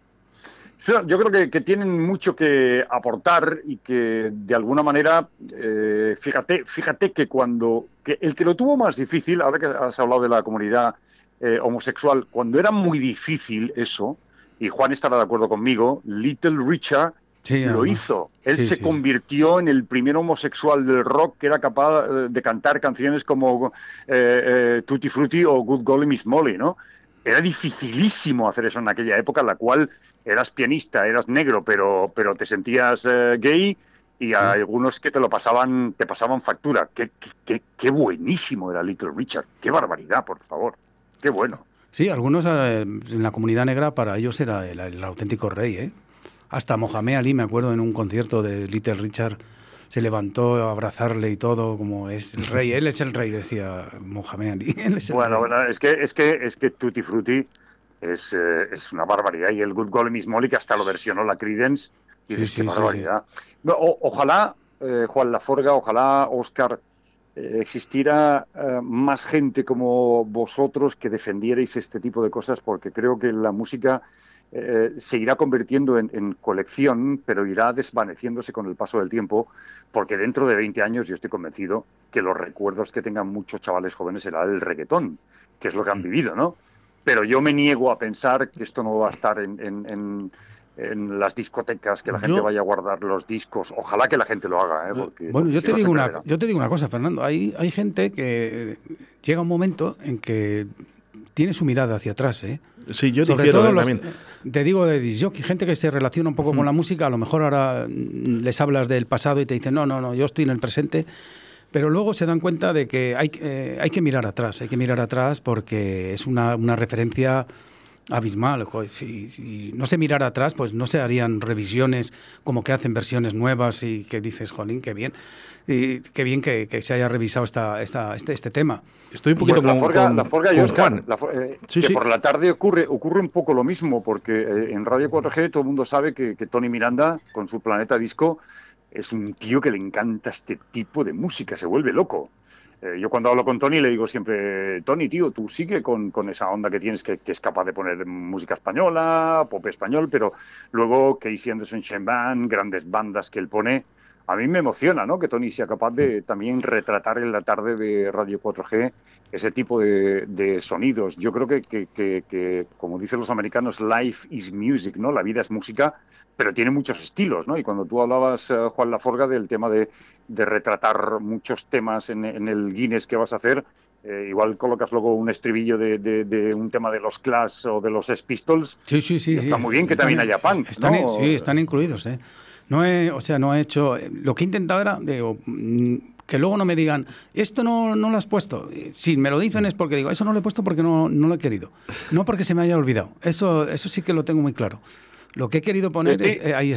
Yo creo que, que tienen mucho que aportar y que de alguna manera, eh, fíjate, fíjate que cuando que el que lo tuvo más difícil, ahora que has hablado de la comunidad eh, homosexual, cuando era muy difícil eso, y Juan estará de acuerdo conmigo, Little Richard sí, lo hizo. Él sí, se sí. convirtió en el primer homosexual del rock que era capaz de cantar canciones como eh, eh, Tutti Frutti o Good Golly Miss Molly, ¿no? Era dificilísimo hacer eso en aquella época en la cual eras pianista, eras negro, pero, pero te sentías eh, gay y a sí. algunos que te lo pasaban, te pasaban factura. Qué, qué, qué buenísimo era Little Richard. Qué barbaridad, por favor. Qué bueno. Sí, algunos eh, en la comunidad negra para ellos era el, el auténtico rey, ¿eh? Hasta Mohamed Ali, me acuerdo, en un concierto de Little Richard, se levantó a abrazarle y todo, como es el rey, él es el rey, decía Mohamed Ali. Él es el bueno, rey. bueno, es que es que es que Tutti Frutti es, eh, es una barbaridad, y el Good Golly Miss Molly, que hasta lo versionó la Creedence, y dices, sí, sí, qué barbaridad. Sí, sí. O, ojalá, eh, Juan Laforga, ojalá, Óscar, eh, existiera eh, más gente como vosotros que defendierais este tipo de cosas, porque creo que la música Eh, se irá convirtiendo en, en colección, pero irá desvaneciéndose con el paso del tiempo, porque dentro de veinte años yo estoy convencido que los recuerdos que tengan muchos chavales jóvenes será el reggaetón, que es lo que han vivido, ¿no? Pero yo me niego a pensar que esto no va a estar en, en, en, en las discotecas, que la gente yo, vaya a guardar los discos. Ojalá que la gente lo haga, ¿eh? Porque bueno, yo te, digo una, yo te digo una cosa, Fernando. Hay, hay gente que llega un momento en que tiene su mirada hacia atrás, ¿eh? Sí, yo Sobre difiero todo los, también. Te digo de disc jockey, gente que se relaciona un poco mm. con la música, a lo mejor ahora les hablas del pasado y te dicen, no, no, no, yo estoy en el presente, pero luego se dan cuenta de que hay, eh, hay que mirar atrás, hay que mirar atrás porque es una, una referencia abismal. Si, si no se mirara atrás, pues no se harían revisiones como que hacen versiones nuevas y que dices, jolín, qué bien. Y qué bien que, que se haya revisado esta, esta, este, este tema. Estoy un poquito pues con, la forga, con, la forga con y Oscar, Juan. La, eh, sí, que sí. por la tarde ocurre, ocurre un poco lo mismo, porque eh, en Radio cuatro G todo el mundo sabe que, que Tony Miranda, con su Planeta Disco, es un tío que le encanta este tipo de música, se vuelve loco. Eh, yo cuando hablo con Tony le digo siempre, Tony, tío, tú sigue con, con esa onda que tienes, que, que es capaz de poner música española, pop español, pero luego Casey Anderson Shane Band, grandes bandas que él pone. A mí me emociona, ¿no?, que Tony sea capaz de también retratar en la tarde de Radio cuatro G ese tipo de, de sonidos. Yo creo que, que, que, que, como dicen los americanos, life is music, ¿no? La vida es música, pero tiene muchos estilos, ¿no? Y cuando tú hablabas, uh, Juan Laforga, del tema de, de retratar muchos temas en, en el Guinness que vas a hacer, eh, igual colocas luego un estribillo de, de, de un tema de los Clash o de los Sex Pistols. Sí, sí, sí. Está sí, muy bien que están, también haya punk, están, ¿no? Sí, están incluidos, ¿eh? No he, o sea, no he hecho... Lo que he intentado era, digo, que luego no me digan, esto no, no lo has puesto. Si me lo dicen es porque digo, eso no lo he puesto porque no, no lo he querido. No porque se me haya olvidado. Eso, eso sí que lo tengo muy claro. Lo que he querido poner, es, eh, ahí está.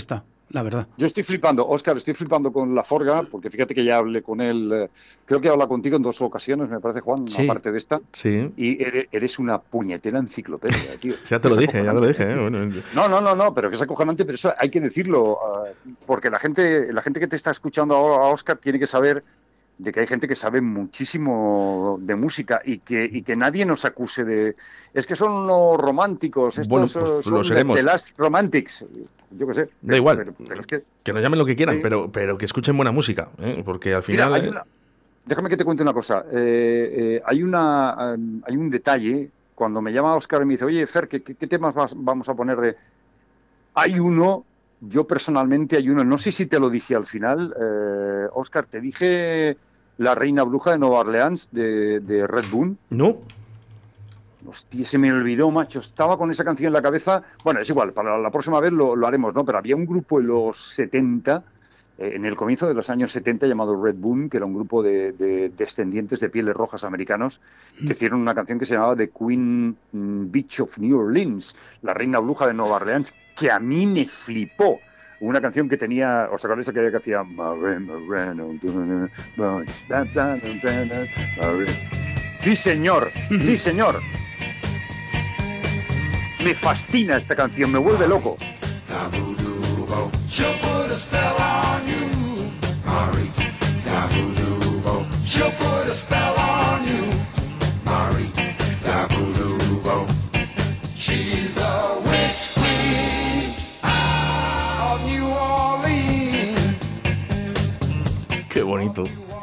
la verdad. Yo estoy flipando, Óscar, estoy flipando con La Forga, porque fíjate que ya hablé con él, eh, creo que he hablado contigo en dos ocasiones, me parece, Juan, Sí. aparte de esta. Sí. Y eres, eres una puñetera enciclopedia, tío. Ya te lo Es dije, ya te lo acojonante. dije. ¿eh? Bueno, No, no, no, no, pero que es acojonante, pero eso hay que decirlo, uh, porque la gente, la gente que te está escuchando ahora, Óscar, tiene que saber de que hay gente que sabe muchísimo de música y que, y que nadie nos acuse de... Es que son unos románticos, estos Bueno, pues son lo seremos. de las romantics, yo qué sé. Da pero- igual, pero- pero es que, que nos llamen lo que quieran, Sí. pero, pero que escuchen buena música, ¿eh? Porque al mira, final... hay eh, una- déjame que te cuente una cosa. Eh, eh, hay, una, um, hay un detalle, cuando me llama Óscar y me dice, oye, Fer, ¿qué, qué, qué temas vas- vamos a poner de...? Hay uno, yo personalmente hay uno, no sé si te lo dije al final, eh, Óscar, te dije La Reina Bruja de Nueva Orleans, de, de Red Bull. No, Hostia, se me olvidó, macho. Estaba con esa canción en la cabeza. Bueno, es igual, para la próxima vez lo, lo haremos, ¿no? Pero había un grupo en los setenta, eh, en el comienzo de los años setenta, llamado Red Bull, que era un grupo de, de descendientes de pieles rojas americanos, que hicieron una canción que se llamaba The Queen mm, Beach of New Orleans, La Reina Bruja de Nueva Orleans, que a mí me flipó. Una canción que tenía, ¿os acordáis aquella que hacía? Sí, señor, sí, señor. Me fascina esta canción, me vuelve loco. She'll put a spell on you, Mari. Dabuduvo. She'll put a spell on you, Mari. Dabuduvo. She's the witch queen of New Orleans. qué bonito.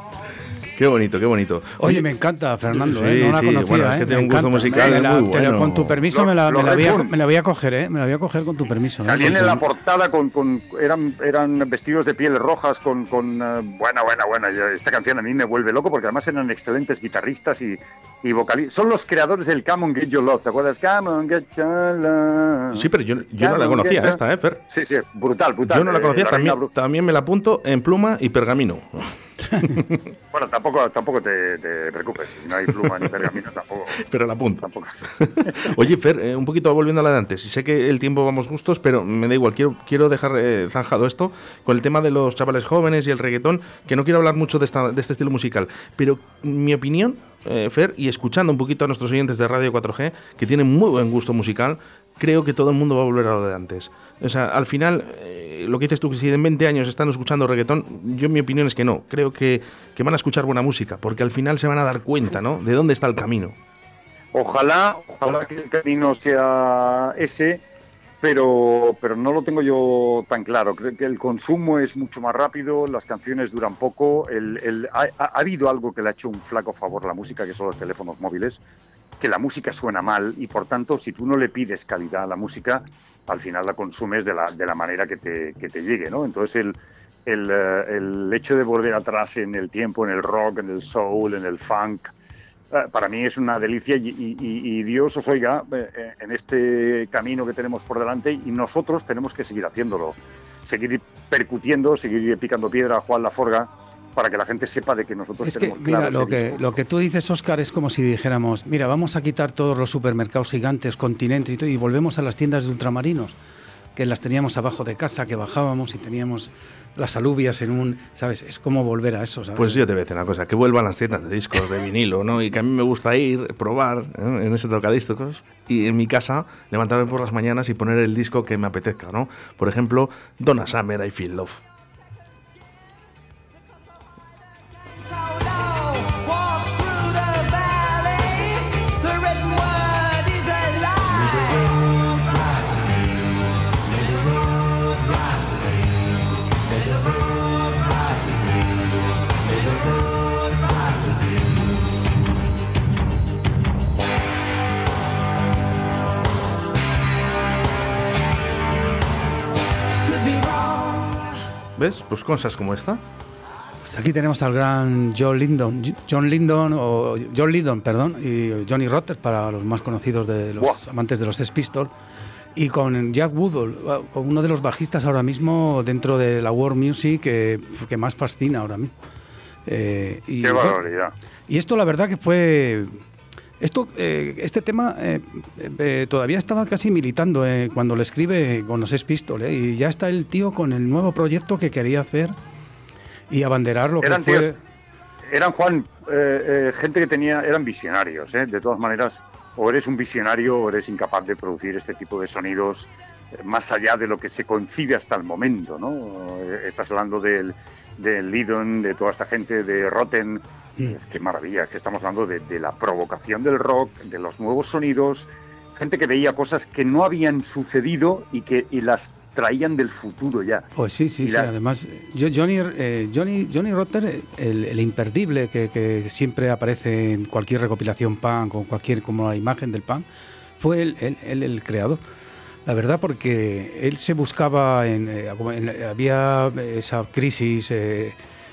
Qué bonito, qué bonito. Oye, me encanta, Fernando, Sí, ¿eh? No la sí, conocía, bueno, es ¿eh? que tiene Me un gusto encanta. musical Me la- muy te la- bueno. Con tu permiso Lo- me, la, lo me, la voy a, Red Bull. me la voy a coger, ¿eh? Me la voy a coger con tu permiso. ¿eh? Salían en Porque- la portada con, con eran, eran vestidos de pieles rojas con, con eh, buena, buena, buena. Yo- esta canción a mí me vuelve loco porque además eran excelentes guitarristas y, y vocalistas. Son los creadores del Come on Get Your Love, ¿te acuerdas? Come on Get Your Love. Sí, pero yo, yo no la conocía esta, ¿eh, Fer? Sí, sí, brutal, brutal. Yo no la Eh, conocía, la Reina también, Bru- también me la apunto en pluma y pergamino. Bueno, tampoco, tampoco te, te preocupes, si no hay pluma ni pergamino, tampoco. Pero la apunto. tampoco. Oye, Fer, eh, un poquito volviendo a la de antes. Y sé que el tiempo vamos justos, pero me da igual. Quiero, quiero dejar eh, zanjado esto con el tema de los chavales jóvenes y el reggaetón, que no quiero hablar mucho de, esta, de este estilo musical. Pero mi opinión, eh, Fer, y escuchando un poquito a nuestros oyentes de Radio cuatro G, que tienen muy buen gusto musical, creo que todo el mundo va a volver a lo de antes. O sea, al final, eh, lo que dices tú, que si en veinte años están escuchando reggaetón, yo mi opinión es que no. Creo que, que van a escuchar buena música, porque al final se van a dar cuenta, ¿no?, de dónde está el camino. Ojalá, ojalá que el camino sea ese, pero, pero no lo tengo yo tan claro. Creo que el consumo es mucho más rápido, las canciones duran poco. El, el, ha, ha habido algo que le ha hecho un flaco favor a la música, que son los teléfonos móviles, que la música suena mal y por tanto, si tú no le pides calidad a la música, al final la consumes de la, de la manera que te, que te llegue, ¿no? Entonces el, el, eh, el hecho de volver atrás en el tiempo, en el rock, en el soul, en el funk, eh, para mí es una delicia y, y- y Dios os oiga eh, en este camino que tenemos por delante y nosotros tenemos que seguir haciéndolo, seguir percutiendo, seguir picando piedra a Juan Laforga para que la gente sepa de que nosotros Es que, tenemos mira, claro lo ese que, discurso. lo que tú dices, Óscar, es como si dijéramos, mira, vamos a quitar todos los supermercados gigantes, continentes y todo, y volvemos a las tiendas de ultramarinos, que las teníamos abajo de casa, que bajábamos y teníamos las alubias en un, ¿sabes? Es como volver a eso, ¿sabes? Pues yo te voy a decir una cosa, que vuelvan las tiendas de discos de vinilo, ¿no? Y que a mí me gusta ir, probar, ¿eh?, en ese tocadiscos y en mi casa levantarme por las mañanas y poner el disco que me apetezca, ¿no? Por ejemplo, Donna Summer, I Feel Love. Walk through the valley, the redwood is alive. Could be wrong. ¿Ves? Pues cosas como esta. Pues aquí tenemos al gran John Lydon, John Lydon, o John Lydon, perdón, y Johnny Rotter, para los más conocidos de los Buah. amantes de los Sex Pistols, y con Jack Woodall, uno de los bajistas ahora mismo dentro de la world music que, que más fascina ahora mismo. Eh, y, Qué bueno, barbaridad. y esto la verdad que fue Esto, eh, este tema eh, eh, todavía estaba casi militando eh, cuando le escribe con los Sex Pistols, eh, y ya está el tío con el nuevo proyecto que quería hacer y abanderar lo Eran que fue... tíos, eran, Juan, eh, eh, gente que tenía, eran visionarios, eh, de todas maneras, o eres un visionario o eres incapaz de producir este tipo de sonidos eh, más allá de lo que se concibe hasta el momento, ¿no? Eh, estás hablando del, del Lydon, de toda esta gente, de Rotten. Mm. Qué maravilla, que estamos hablando de, de la provocación del rock, de los nuevos sonidos, gente que veía cosas que no habían sucedido y que y las traían del futuro ya. Pues sí, sí, y sí. La... Además, yo, Johnny, eh, Johnny, Johnny Rotter, el, el imperdible que, que siempre aparece en cualquier recopilación punk o cualquier como la imagen del punk, fue él, él, él el creador. La verdad, porque él se buscaba en, eh, en había esa crisis. Eh,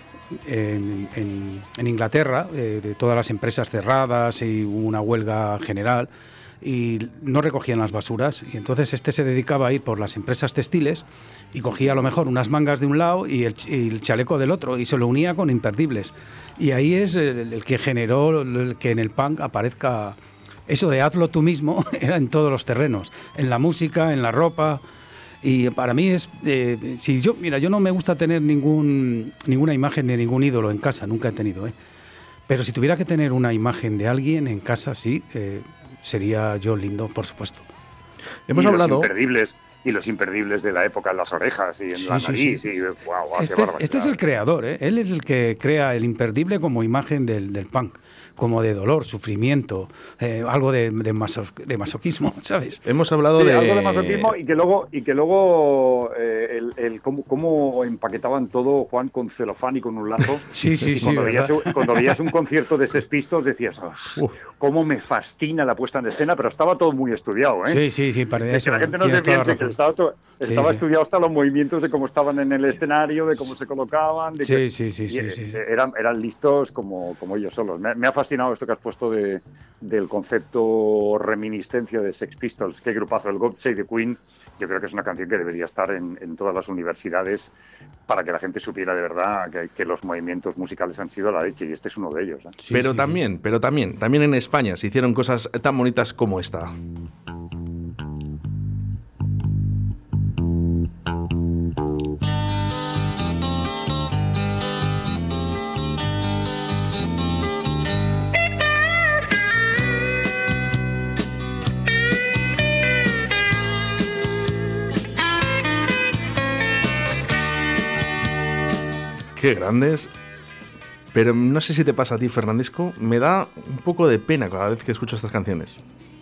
En, en, en Inglaterra, eh, de todas las empresas cerradas y hubo una huelga general y no recogían las basuras, y entonces este se dedicaba a ir por las empresas textiles y cogía a lo mejor unas mangas de un lado y el, y el chaleco del otro y se lo unía con imperdibles, y ahí es el, el que generó el que en el punk aparezca eso de hazlo tú mismo. Era en todos los terrenos, en la música, en la ropa. Y para mí es, eh, si yo, mira, yo no me gusta tener ningún ninguna imagen de ningún ídolo en casa, nunca he tenido, ¿eh? Pero si tuviera que tener una imagen de alguien en casa, sí, eh, sería John Lydon, por supuesto. Hemos y hablado... Los imperdibles, y los imperdibles de la época en las orejas y en sí, la sí, nariz. sí. Y, wow, wow, este, qué es, este es el creador, ¿eh? Él es el que crea el imperdible como imagen del, del punk, como de dolor, sufrimiento, eh, algo de, de, maso, de masoquismo, ¿sabes? Hemos hablado sí, de... algo de masoquismo, y que luego, y que luego eh, el, el cómo, cómo empaquetaban todo, Juan, con celofán y con un lazo. Sí, sí, y sí. Cuando, veías, ¿verdad? cuando veías un concierto de Sex Pistols decías, oh, cómo me fascina la puesta en escena, pero estaba todo muy estudiado, ¿eh? Sí, sí, sí, para eso. Que la gente no se piense que estaba, todo, estaba sí, estudiado hasta los movimientos de cómo estaban en el escenario, de cómo se colocaban. De sí, que, sí, sí, sí, sí. Eran, eran listos como, como ellos solos. Me, me ha fascinado esto que has puesto de, del concepto reminiscencia de Sex Pistols. Qué grupazo, el God Save the Queen. Yo creo que es una canción que debería estar en, en todas las universidades para que la gente supiera de verdad que, que los movimientos musicales han sido la leche, y este es uno de ellos, ¿eh? Sí, pero sí, también, sí. pero también, también en España se hicieron cosas tan bonitas como esta. Qué grandes. Pero no sé si te pasa a ti, Fernandisco, me da un poco de pena cada vez que escucho estas canciones.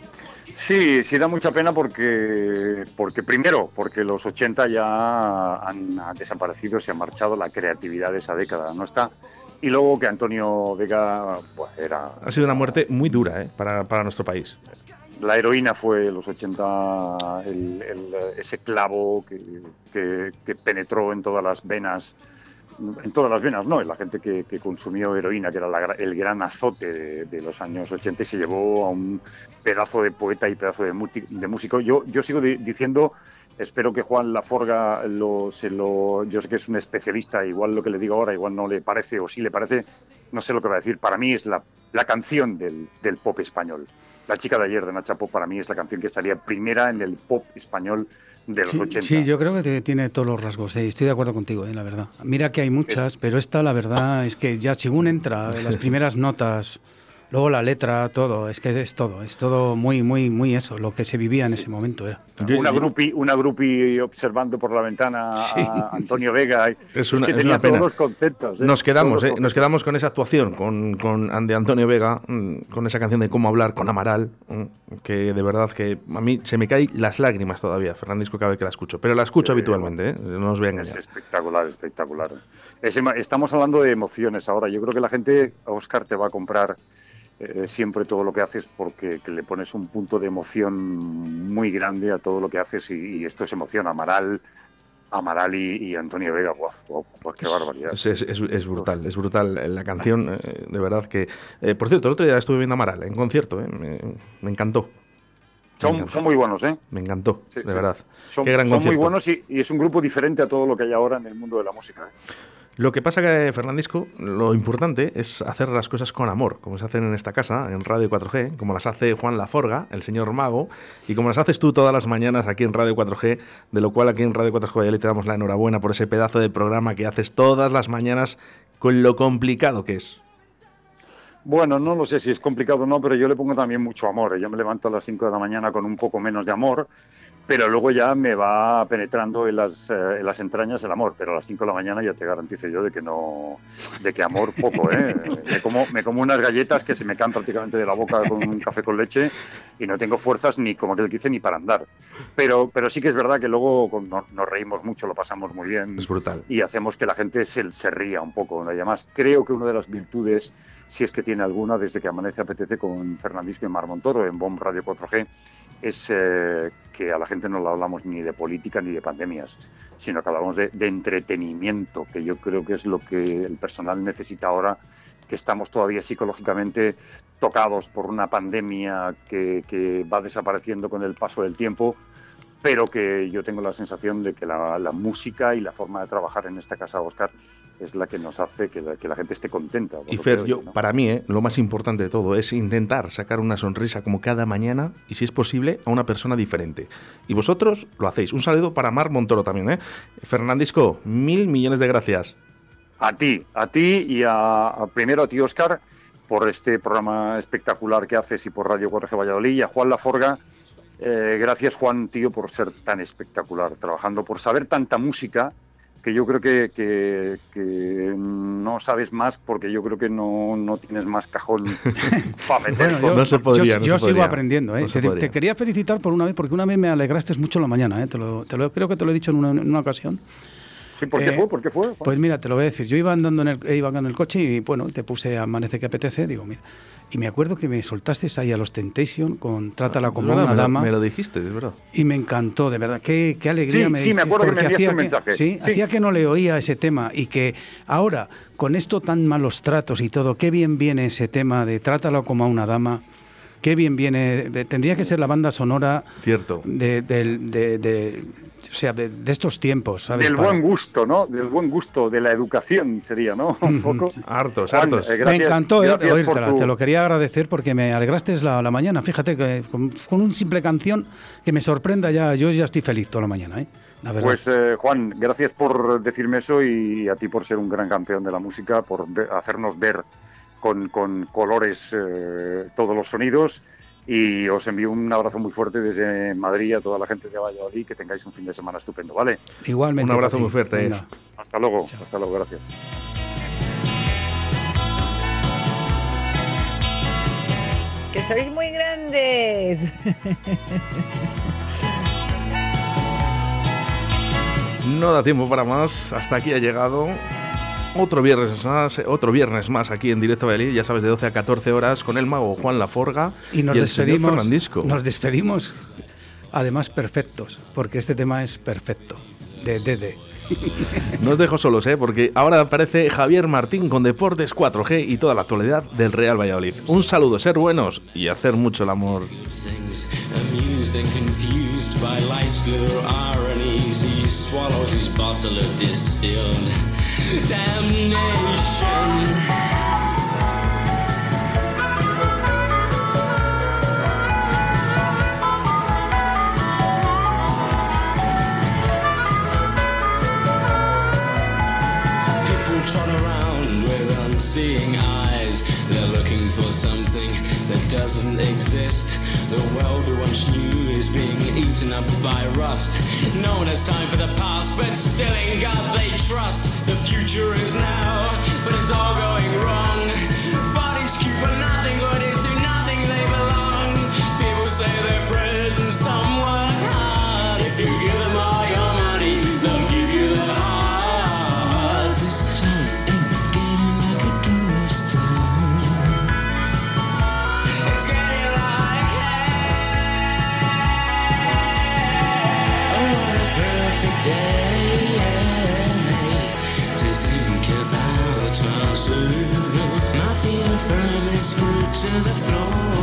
Sí, sí da mucha pena porque, porque primero, porque los ochenta ya han desaparecido, se ha marchado, la creatividad de esa década no está. Y luego que Antonio Vega pues, era... Ha sido una muerte muy dura, ¿eh? para, para nuestro país. La heroína fue en los ochenta el, el, ese clavo que, que, que penetró en todas las venas. En todas las venas, no, en la gente que, que consumió heroína, que era la, el gran azote de, de los años ochenta, y se llevó a un pedazo de poeta y pedazo de, multi, de músico. Yo, yo sigo di, diciendo, espero que Juan Laforga lo, se lo... Yo sé que es un especialista, igual lo que le digo ahora, igual no le parece, o sí le parece, no sé lo que va a decir. Para mí es la, la canción del, del pop español. La chica de ayer de Nacha Pop para mí es la canción que estaría primera en el pop español de los sí, ochenta. Sí, yo creo que te, tiene todos los rasgos. Sí, estoy de acuerdo contigo, eh, la verdad. Mira que hay muchas, es... pero esta, la verdad, es que ya según entra, las primeras notas, luego la letra, todo, es que es todo, es todo muy, muy, muy eso, lo que se vivía en sí. ese momento era. Una grupi, una grupi observando por la ventana sí, a Antonio sí, Vega. Es una, es que es tenía una pena. todos los conceptos. ¿eh? Nos quedamos, los eh, nos quedamos con esa actuación, con, con de Antonio Vega, con esa canción de Cómo hablar con Amaral, que de verdad que a mí se me caen las lágrimas todavía, Fernandisco, cada vez que la escucho. Pero la escucho sí, habitualmente, ¿eh? No os voy a engañar. Es espectacular, espectacular. Es, estamos hablando de emociones ahora. Yo creo que la gente, Óscar, te va a comprar Eh, siempre todo lo que haces porque que le pones un punto de emoción muy grande a todo lo que haces, y, y esto es emoción. Amaral, Amaral y, y Antonio Vega, guau, guau, guau, qué barbaridad. Es, es, es, es brutal, es brutal la canción, eh, de verdad que... Eh, por cierto, el otro día estuve viendo a Amaral en concierto, eh, me, me encantó. Son, me encantó. son muy buenos, ¿eh? Me encantó, sí, de sí. verdad. Son, qué gran son concierto. muy buenos y, y es un grupo diferente a todo lo que hay ahora en el mundo de la música, ¿eh? Lo que pasa que, Fernandisco, lo importante es hacer las cosas con amor, como se hacen en esta casa, en Radio cuatro G, como las hace Juan Laforga, el señor mago, y como las haces tú todas las mañanas aquí en Radio cuatro G, de lo cual aquí en Radio cuatro G Valladolid te damos la enhorabuena por ese pedazo de programa que haces todas las mañanas con lo complicado que es. Bueno, no lo sé si es complicado o no, pero yo le pongo también mucho amor. Yo me levanto a las cinco de la mañana con un poco menos de amor, pero luego ya me va penetrando en las, eh, en las entrañas el amor. Pero a las cinco de la mañana ya te garantizo yo de que no, de que amor poco, ¿eh? Me como, me como unas galletas que se me caen prácticamente de la boca con un café con leche y no tengo fuerzas ni, como aquel que dice, ni para andar. Pero, pero sí que es verdad que luego no, nos reímos mucho, lo pasamos muy bien. Es brutal. Y hacemos que la gente se, se ría un poco. Además, creo que una de las virtudes, si es que tiene alguna, desde que Amanece Apetece con Fernandisco y Mar Montoro en B O M Radio cuatro G, es eh, que a la gente no le hablamos ni de política ni de pandemias, sino que hablamos de, de entretenimiento, que yo creo que es lo que el personal necesita ahora, que estamos todavía psicológicamente tocados por una pandemia que, que va desapareciendo con el paso del tiempo, pero que yo tengo la sensación de que la, la música y la forma de trabajar en esta casa, Óscar, es la que nos hace que la, que la gente esté contenta. Y Fer, yo, ¿no? Para mí, ¿eh? lo más importante de todo es intentar sacar una sonrisa como cada mañana y, si es posible, a una persona diferente. Y vosotros lo hacéis. Un saludo para Mar Montoro también, ¿eh? Fernandisco, mil millones de gracias. A ti, a ti y a, a primero a ti, Óscar, por este programa espectacular que haces y por Radio cuatro G Valladolid, y a Juan Laforga. Eh, gracias, Juan, tío, por ser tan espectacular, trabajando, por saber tanta música, que yo creo que, que, que no sabes más, porque yo creo que no, no tienes más cajón para meter. Bueno, yo, no se podría, yo, no yo se sigo podría. aprendiendo. ¿eh? No se te, podría. te quería felicitar por una vez, porque una vez me alegraste mucho la mañana. ¿eh? Te lo, te lo, creo que te lo he dicho en una, en una ocasión. Sí, ¿por qué Eh, fue? ¿Por qué fue? Juan? Pues mira, te lo voy a decir. Yo iba andando en el, iba andando en el coche y, bueno, te puse Amanece que apetece. Digo, mira. Y me acuerdo que me soltaste ahí a los Temptation con Trátala como verdad, una me lo, dama. Me lo dijiste, es verdad. Y me encantó, de verdad. Qué, qué alegría Sí, me sí, me dices, acuerdo que me porque enviaste hacía un mensaje. ¿sí? Sí. Hacía que no le oía ese tema y que ahora, con esto tan malos tratos y todo, qué bien viene ese tema de Trátala como a una dama. Qué bien viene. De, tendría que ser la banda sonora. Cierto. De, de, de, de, o sea, de, de estos tiempos, ¿sabes? Del Para- buen gusto, ¿no? Del buen gusto, de la educación sería, ¿no? Un poco. Hartos, Juan, hartos. eh, gracias- me encantó, eh, gracias por oírtela, tu- te lo quería agradecer porque me alegraste la, la mañana. Fíjate que con, con una simple canción que me sorprenda ya, yo ya estoy feliz toda la mañana, ¿eh? La verdad. Pues eh, Juan, gracias por decirme eso y a ti por ser un gran campeón de la música, por ve- hacernos ver con, con colores eh, todos los sonidos. Y os envío un abrazo muy fuerte desde Madrid a toda la gente de Valladolid, que tengáis un fin de semana estupendo, ¿vale? Igualmente. Un abrazo Joaquín. muy fuerte, eh. Venga. Hasta luego, Chao. hasta luego, gracias. ¡Que sois muy grandes! No da tiempo para más. Hasta aquí ha llegado otro viernes más, otro viernes más aquí en Directo Valladolid, ya sabes, de doce a catorce horas, con el mago Juan Laforga Y nos el señor despedimos. Fernandisco. Nos despedimos, además perfectos, porque este tema es perfecto. De Dede. No os dejo solos, ¿eh? Porque ahora aparece Javier Martín con Deportes cuatro G y toda la actualidad del Real Valladolid. Un saludo, ser buenos y hacer mucho el amor. Things amused and confused by life's little ironies. He swallows his bottle of distilled damnation. People trot around with unseeing eyes. They're looking for something that doesn't exist. The world we once knew is being eaten up by rust. No one has time for the past, but still in God they trust. The future is now, but it's all going wrong. Bodies queue for nothing, but it's to nothing they belong. People say their prayers and some work hard. If you give them all your money, they'll give you their heart. This time ain't getting like it used to. It's getting like oh, what a perfect day to think about myself. My feet are firmly screwed to the floor.